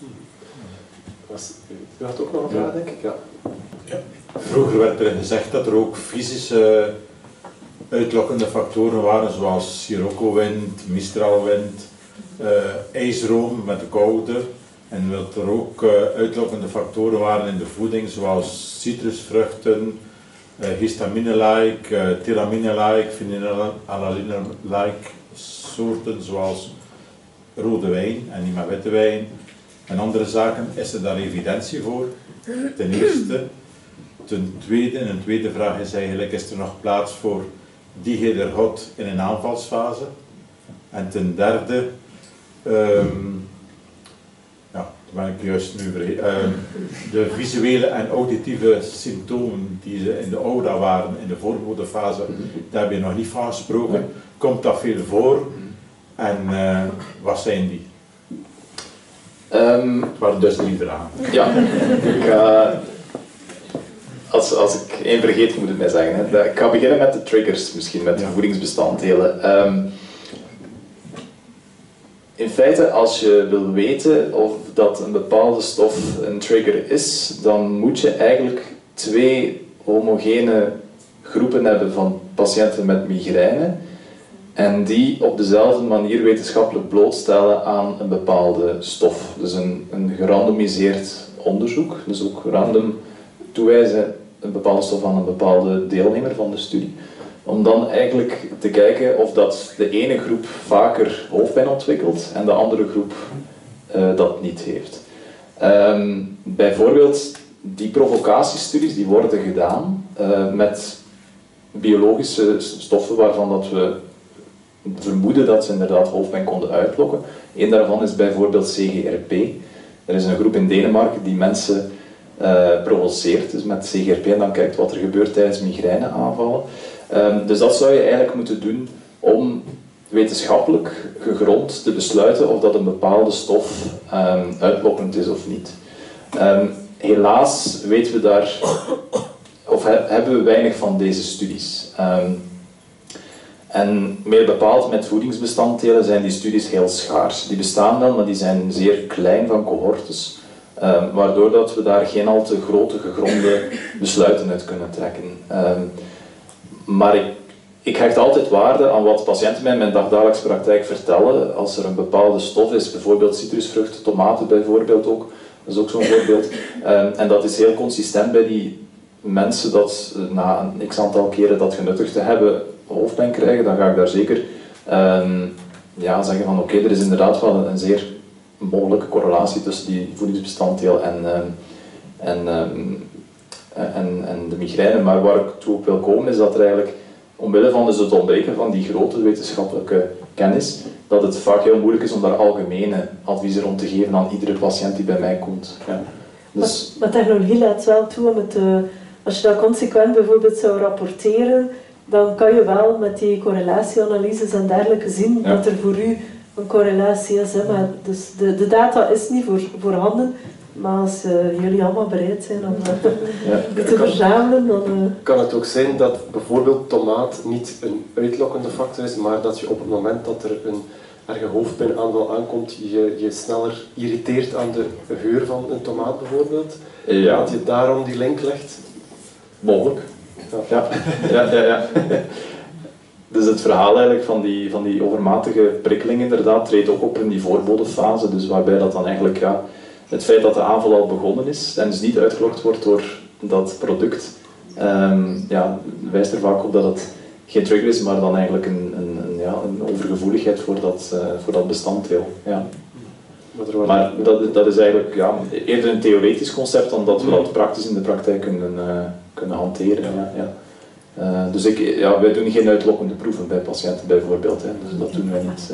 U had ook nog een vraag, denk ik? Ja. Ja. Vroeger werd er gezegd dat er ook fysische uitlokkende factoren waren, zoals Sirocco-wind, Mistral-wind, uh, ijsroom met de koude. En dat er ook uh, uitlokkende factoren waren in de voeding, zoals citrusvruchten, uh, histamine-like, uh, tyramine-like, phenylalanine-like soorten, zoals rode wijn en niet maar witte wijn. En andere zaken, is er daar evidentie voor? Ten eerste. Ten tweede, en een tweede vraag is eigenlijk, is er nog plaats voor digidergot in een aanvalsfase? En ten derde, um, ja, daar ben ik juist nu vergeten, um, de visuele en auditieve symptomen die ze in de aura waren in de voorbodefase, daar heb je nog niet van gesproken. Komt dat veel voor? En uh, wat zijn die? Um, Het waren dus drie vragen. Ja, ik ga... Als, als ik één vergeet, moet het mij zeggen. Hè. Ik ga beginnen met de triggers, misschien met de ja. voedingsbestanddelen. Um, in feite, als je wil weten of dat een bepaalde stof een trigger is, dan moet je eigenlijk twee homogene groepen hebben van patiënten met migraine en die op dezelfde manier wetenschappelijk blootstellen aan een bepaalde stof. Dus een, een gerandomiseerd onderzoek, dus ook random toewijzen een bepaalde stof aan een bepaalde deelnemer van de studie. Om dan eigenlijk te kijken of dat de ene groep vaker hoofdpijn ontwikkelt en de andere groep uh, dat niet heeft. Um, bijvoorbeeld die provocatiestudies die worden gedaan uh, met biologische stoffen waarvan dat we vermoeden dat ze inderdaad hoofdpijn konden uitlokken. Eén daarvan is bijvoorbeeld C G R P. Er is een groep in Denemarken die mensen uh, provoceert, dus met C G R P en dan kijkt wat er gebeurt tijdens migraineaanvallen. Um, dus dat zou je eigenlijk moeten doen om wetenschappelijk gegrond te besluiten of dat een bepaalde stof um, uitlokkend is of niet. Um, helaas weten we daar, of he, hebben we weinig van deze studies. Um, en meer bepaald met voedingsbestanddelen zijn die studies heel schaars. Die bestaan wel, maar die zijn zeer klein van cohortes, um, waardoor dat we daar geen al te grote gegronde besluiten uit kunnen trekken. Um, Maar ik, ik hecht altijd waarde aan wat patiënten mij in mijn dagdagelijkse praktijk vertellen. Als er een bepaalde stof is, bijvoorbeeld citrusvruchten, tomaten bijvoorbeeld ook, dat is ook zo'n voorbeeld. Um, en dat is heel consistent bij die mensen dat na een x aantal keren dat genuttigd te hebben hoofdpijn krijgen, dan ga ik daar zeker um, ja, zeggen van oké, okay, er is inderdaad wel een, een zeer mogelijke correlatie tussen die voedingsbestanddeel en, um, en um, En, en de migraine, maar waar ik toe op wil komen is dat er eigenlijk, omwille van dus het ontbreken van die grote wetenschappelijke kennis, dat het vaak heel moeilijk is om daar algemene adviezen rond te geven aan iedere patiënt die bij mij komt. Ja. Dus... Maar, maar technologie laat wel toe om het, uh, als je dat consequent bijvoorbeeld zou rapporteren, dan kan je wel met die correlatieanalyses en dergelijke zien ja. dat er voor u een correlatie is. Hè? Maar dus de, de data is niet voor, voorhanden. Maar als uh, jullie allemaal bereid zijn om uh, ja, te verzamelen, dan... Uh... Kan het ook zijn dat bijvoorbeeld tomaat niet een uitlokkende factor is, maar dat je op het moment dat er een erge hoofdpijnaanval aankomt, je je sneller irriteert aan de geur van een tomaat bijvoorbeeld? Ja. Dat je daarom die link legt? Mogelijk. Ja. Ja. Ja, ja, ja. Dus het verhaal eigenlijk van die, van die overmatige prikkeling inderdaad treedt ook op in die voorbodefase, dus waarbij dat dan eigenlijk... Ja, het feit dat de aanval al begonnen is en dus niet uitgelokt wordt door dat product, um, ja, wijst er vaak op dat het geen trigger is, maar dan eigenlijk een, een, een, ja, een overgevoeligheid voor dat, uh, voor dat bestanddeel. Ja. Maar dat, dat is eigenlijk ja, eerder een theoretisch concept dan dat we dat praktisch in de praktijk kunnen, uh, kunnen hanteren. Ja, ja. Uh, dus ik, ja, wij doen geen uitlokkende proeven bij patiënten bijvoorbeeld, hè, dus dat doen wij niet.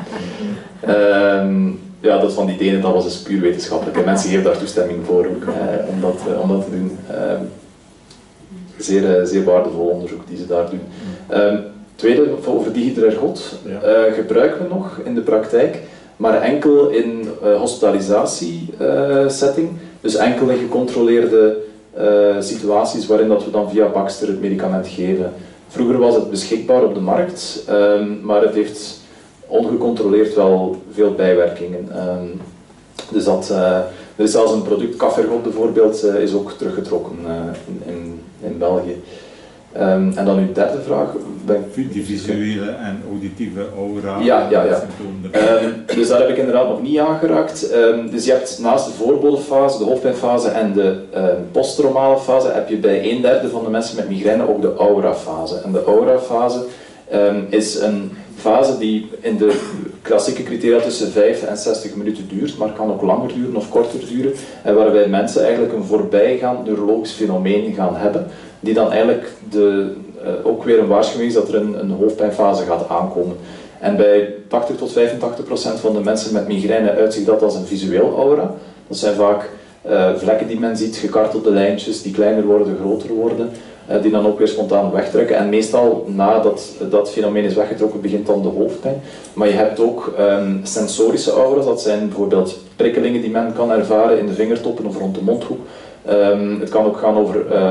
Uh. Um, Ja, dat van die Denen, dat was dus puur wetenschappelijk. En mensen geven daar toestemming voor ook, eh, om, dat, eh, om dat te doen. Uh, zeer, uh, zeer waardevol onderzoek die ze daar doen. Uh, tweede, over dihydroergot uh, gebruiken we nog in de praktijk, maar enkel in uh, hospitalisatie-setting. Uh, dus enkel in gecontroleerde uh, situaties waarin dat we dan via Baxter het medicament geven. Vroeger was het beschikbaar op de markt, uh, maar het heeft ongecontroleerd wel veel bijwerkingen. Um, dus dat, uh, er is zelfs een product, Cafergot bijvoorbeeld, uh, is ook teruggetrokken uh, in, in, in België. Um, en dan uw derde vraag. Ben... Die visuele en auditieve aura. Ja, ja, ja. Um, dus daar heb ik inderdaad nog niet aangeraakt. Um, dus je hebt naast de voorbodefase, de hoofdpijnfase en de um, posttraumale fase, heb je bij een derde van de mensen met migraine ook de aurafase. En de aurafase um, is een fase die in de klassieke criteria tussen vijf en zestig minuten duurt, maar kan ook langer duren of korter duren, en waarbij mensen eigenlijk een voorbijgaand neurologisch fenomeen gaan hebben, die dan eigenlijk de, uh, ook weer een waarschuwing is dat er een, een hoofdpijnfase gaat aankomen. En bij tachtig tot vijfentachtig procent van de mensen met migraine uitziet dat als een visueel aura. Dat zijn vaak uh, vlekken die men ziet, gekartelde lijntjes die kleiner worden, groter worden, uh, die dan ook weer spontaan wegtrekken. En meestal nadat dat fenomeen is weggetrokken, begint dan de hoofdpijn. Maar je hebt ook um, sensorische aura's, dat zijn bijvoorbeeld prikkelingen die men kan ervaren in de vingertoppen of rond de mondhoek. Um, het kan ook gaan over uh,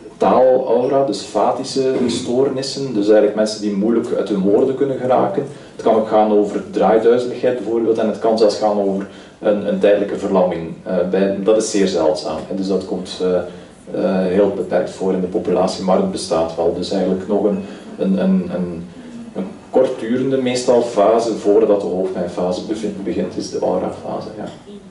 taalaura, dus fatische stoornissen, dus eigenlijk mensen die moeilijk uit hun woorden kunnen geraken. Het kan ook gaan over draaiduizeligheid bijvoorbeeld en het kan zelfs gaan over een, een tijdelijke verlamming. Uh, bij, dat is zeer zeldzaam. En dus dat komt uh, uh, heel beperkt voor in de populatie, maar het bestaat wel. Dus eigenlijk nog een, een, een, een, een kortdurende meestal fase voordat de hoofdpijnfase begint, is de aura-fase. Ja.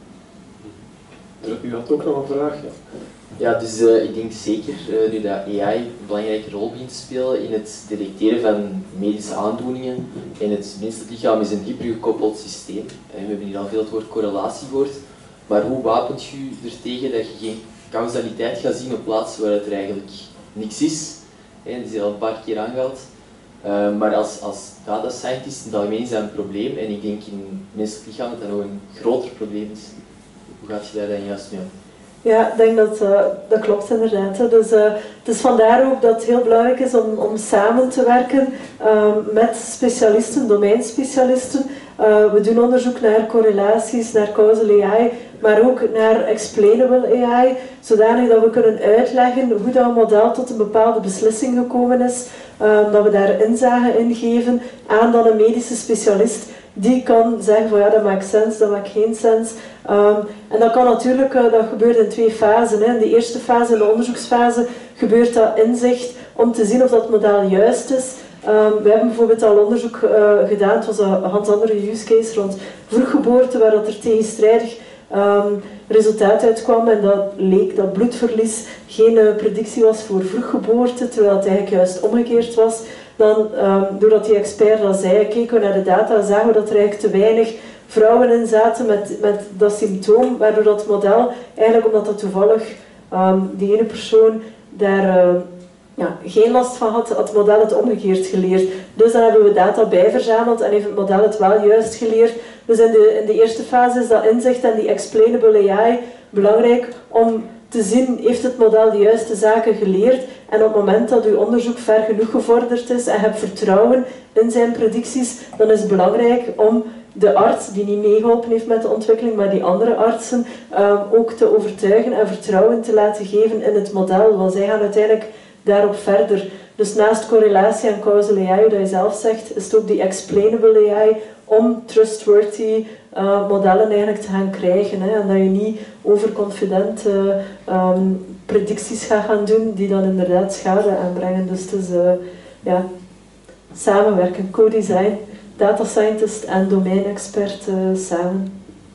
U had ook nog een vraag? Ja, ja dus uh, ik denk zeker, uh, nu dat A I een belangrijke rol begint te spelen in het detecteren van medische aandoeningen. En het menselijk lichaam is een hypergekoppeld systeem. En we hebben hier al veel het woord correlatie gehoord. Maar hoe wapent je er tegen dat je geen causaliteit gaat zien op plaatsen waar het er eigenlijk niks is? En dat is hier al een paar keer aangehaald. Uh, maar als, als data scientist in het algemeen is dat een probleem. En ik denk in het menselijk lichaam dat dat nog een groter probleem is. Hoe gaat je daar dan juist mee om? Ja, ik denk dat uh, dat klopt inderdaad. Hè. Dus, uh, het is vandaar ook dat het heel belangrijk is om, om samen te werken uh, met specialisten, domeinspecialisten. Uh, we doen onderzoek naar correlaties, naar causal A I, maar ook naar explainable A I, zodanig dat we kunnen uitleggen hoe dat model tot een bepaalde beslissing gekomen is, uh, dat we daar inzage in geven aan dan een medische specialist. Die kan zeggen van ja, dat maakt sens, dat maakt geen sens. Um, en dat kan natuurlijk, uh, dat gebeurt in twee fasen. Hè. In de eerste fase, in de onderzoeksfase, gebeurt dat inzicht om te zien of dat model juist is. Um, we hebben bijvoorbeeld al onderzoek uh, gedaan, het was een ganz andere use case rond vroeggeboorte, waar dat er tegenstrijdig um, resultaat uitkwam en dat leek dat bloedverlies geen uh, predictie was voor vroeggeboorte, terwijl het eigenlijk juist omgekeerd was. Dan, um, doordat die expert dat zei, keken we naar de data, zagen we dat er eigenlijk te weinig vrouwen in zaten met, met dat symptoom, waardoor dat model, eigenlijk omdat dat toevallig um, die ene persoon daar uh, ja, geen last van had, had het model het omgekeerd geleerd. Dus dan hebben we data bijverzameld en heeft het model het wel juist geleerd. Dus in de, in de eerste fase is dat inzicht en die explainable A I belangrijk om te zien, heeft het model de juiste zaken geleerd? En op het moment dat uw onderzoek ver genoeg gevorderd is en hebt vertrouwen in zijn predicties, dan is het belangrijk om de arts die niet meegeholpen heeft met de ontwikkeling, maar die andere artsen um, ook te overtuigen en vertrouwen te laten geven in het model, want zij gaan uiteindelijk daarop verder. Dus naast correlatie en causal A I, dat je zelf zegt, is het ook die explainable A I om trustworthy uh, modellen eigenlijk te gaan krijgen. Hè, en dat je niet overconfidente uh, um, predicties gaat gaan doen die dan inderdaad schade aanbrengen. Dus het is uh, ja, samenwerken, co-design, data scientist en domeinexpert uh, samen.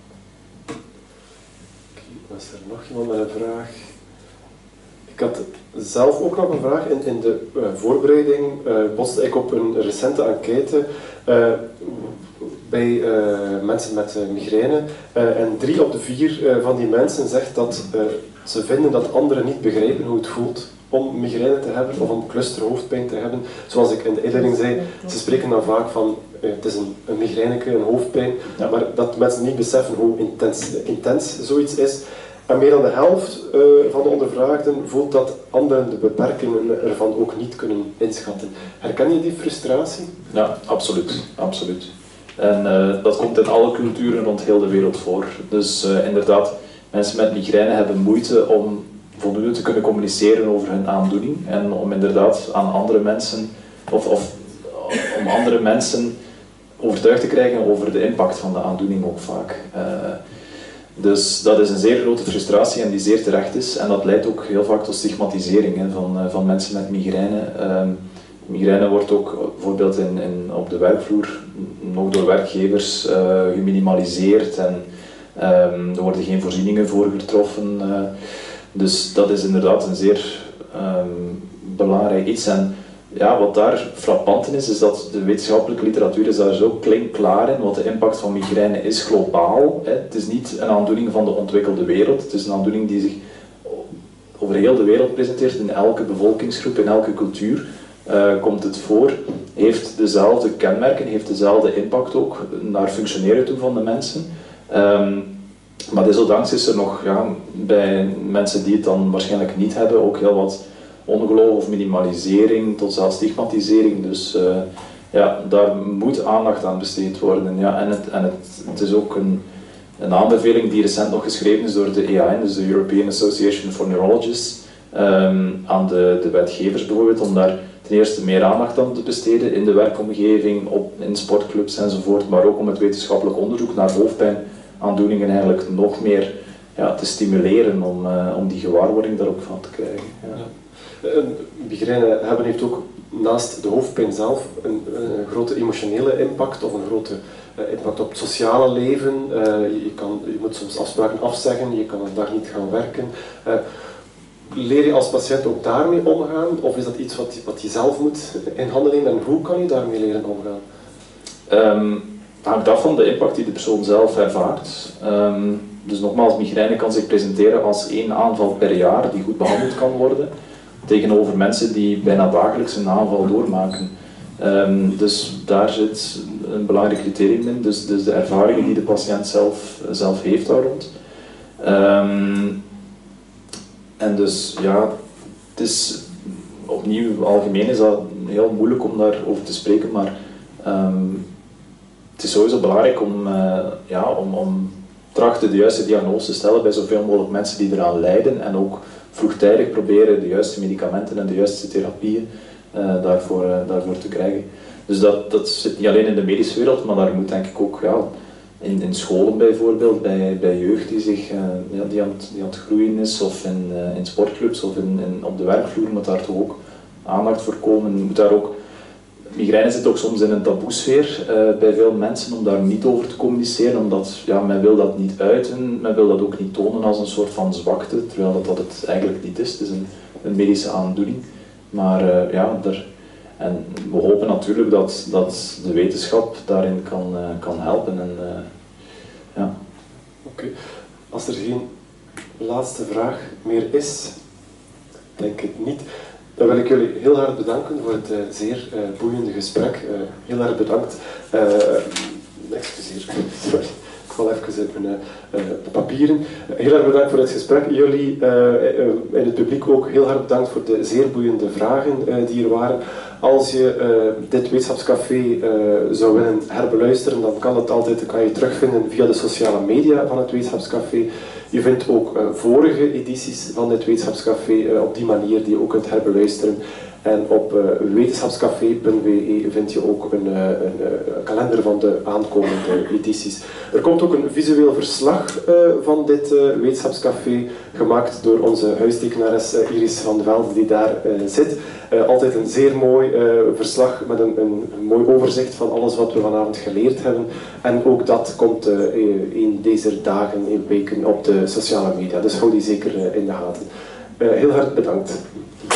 Okay, was er nog iemand met een vraag? Ik had zelf ook nog een vraag. In, in de uh, voorbereiding uh, botste ik op een recente enquête uh, bij uh, mensen met uh, migraine. Uh, en drie op de vier uh, van die mensen zegt dat uh, ze vinden dat anderen niet begrijpen hoe het voelt om migraine te hebben of om clusterhoofdpijn te hebben. Zoals ik in de inleiding zei, ze spreken dan vaak van uh, het is een, een migraineke, een hoofdpijn, ja. Maar dat mensen niet beseffen hoe intens, intens zoiets is. En meer dan de helft uh, van de ondervraagden voelt dat anderen de beperkingen ervan ook niet kunnen inschatten. Herken je die frustratie? Ja, absoluut. absoluut. En uh, dat komt in alle culturen rond heel de wereld voor. Dus uh, inderdaad, mensen met migraine hebben moeite om voldoende te kunnen communiceren over hun aandoening en om inderdaad aan andere mensen, of, of om andere mensen overtuigd te krijgen over de impact van de aandoening ook vaak. Uh, Dus dat is een zeer grote frustratie en die zeer terecht is. En dat leidt ook heel vaak tot stigmatisering hè, van, uh, van mensen met migraine. Uh, migraine wordt ook bijvoorbeeld in, in, op de werkvloer nog door werkgevers uh, geminimaliseerd en um, er worden geen voorzieningen voor getroffen. Uh, dus dat is inderdaad een zeer um, belangrijk iets. En ja, wat daar frappant in is, is dat de wetenschappelijke literatuur is daar zo klinkklaar in wat de impact van migraine is globaal. Hè. Het is niet een aandoening van de ontwikkelde wereld, het is een aandoening die zich over heel de wereld presenteert, in elke bevolkingsgroep, in elke cultuur uh, komt het voor, heeft dezelfde kenmerken, heeft dezelfde impact ook naar functioneren toe van de mensen. Um, maar desondanks is er nog ja, bij mensen die het dan waarschijnlijk niet hebben ook heel wat ongeloof of minimalisering tot zelfs stigmatisering. Dus uh, ja, daar moet aandacht aan besteed worden. Ja, en het, en het, het is ook een, een aanbeveling die recent nog geschreven is door de E A N, dus de European Association for Neurologists, um, aan de, de wetgevers bijvoorbeeld, om daar ten eerste meer aandacht aan te besteden in de werkomgeving, op, in sportclubs enzovoort, maar ook om het wetenschappelijk onderzoek naar hoofdpijnaandoeningen eigenlijk nog meer ja, te stimuleren om, uh, om die gewaarwording daar ook van te krijgen. Ja. Ja. Migraine hebben heeft ook naast de hoofdpijn zelf een, een grote emotionele impact of een grote uh, impact op het sociale leven. Uh, je, kan, je moet soms afspraken afzeggen, je kan een dag niet gaan werken. Uh, leer je als patiënt ook daarmee omgaan of is dat iets wat, wat je zelf moet in handen nemen en hoe kan je daarmee leren omgaan? Um, het hangt af van de impact die de persoon zelf ervaart. Um, dus nogmaals, migraine kan zich presenteren als één aanval per jaar die goed behandeld kan worden, tegenover mensen die bijna dagelijks een aanval doormaken. Um, dus daar zit een belangrijk criterium in, dus, dus de ervaringen die de patiënt zelf, zelf heeft daar rond. Um, en dus ja, het is opnieuw, algemeen is dat heel moeilijk om daarover te spreken, maar um, het is sowieso belangrijk om, uh, ja, om, om trachten de juiste diagnose te stellen bij zoveel mogelijk mensen die eraan lijden en ook vroegtijdig proberen de juiste medicamenten en de juiste therapieën uh, daarvoor, uh, daarvoor te krijgen. Dus dat, dat zit niet alleen in de medische wereld, maar daar moet denk ik ook ja, in, in scholen bijvoorbeeld, bij, bij jeugd die, zich, uh, ja, die, aan het, die aan het groeien is, of in, uh, in sportclubs of in, in, op de werkvloer moet daar toch ook aandacht voor komen. Moet daar ook, migraine zit ook soms in een taboesfeer uh, bij veel mensen om daar niet over te communiceren, omdat ja, men wil dat niet uiten, men wil dat ook niet tonen als een soort van zwakte, terwijl dat, dat het eigenlijk niet is. Het is een, een medische aandoening. Maar uh, ja, er, en we hopen natuurlijk dat, dat de wetenschap daarin kan, uh, kan helpen. En, uh, ja. Oké, okay. Als er geen laatste vraag meer is, denk ik niet. Dan wil ik jullie heel hard bedanken voor het uh, zeer uh, boeiende gesprek. Uh, heel erg bedankt. Uh, excuseer, sorry. Ik val even uit mijn uh, papieren. Uh, heel erg bedankt voor het gesprek. Jullie uh, uh, en het publiek ook heel erg bedankt voor de zeer boeiende vragen uh, die er waren. Als je uh, dit wetenschapscafé uh, zou willen herbeluisteren, dan kan het altijd, kan je terugvinden via de sociale media van het wetenschapscafé. Je vindt ook uh, vorige edities van dit wetenschapscafé uh, op die manier die je ook kunt herbeluisteren. En op uh, wetenschapscafé punt b e vind je ook een, uh, een uh, kalender van de aankomende edities. Er komt ook een visueel verslag uh, van dit uh, wetenschapscafé, gemaakt door onze huistekenares uh, Iris van de Velde, die daar uh, zit. Uh, altijd een zeer mooi uh, verslag met een, een, een mooi overzicht van alles wat we vanavond geleerd hebben. En ook dat komt uh, in deze dagen, in weken op de sociale media. Dus hou die zeker uh, in de gaten. Uh, heel hartelijk bedankt.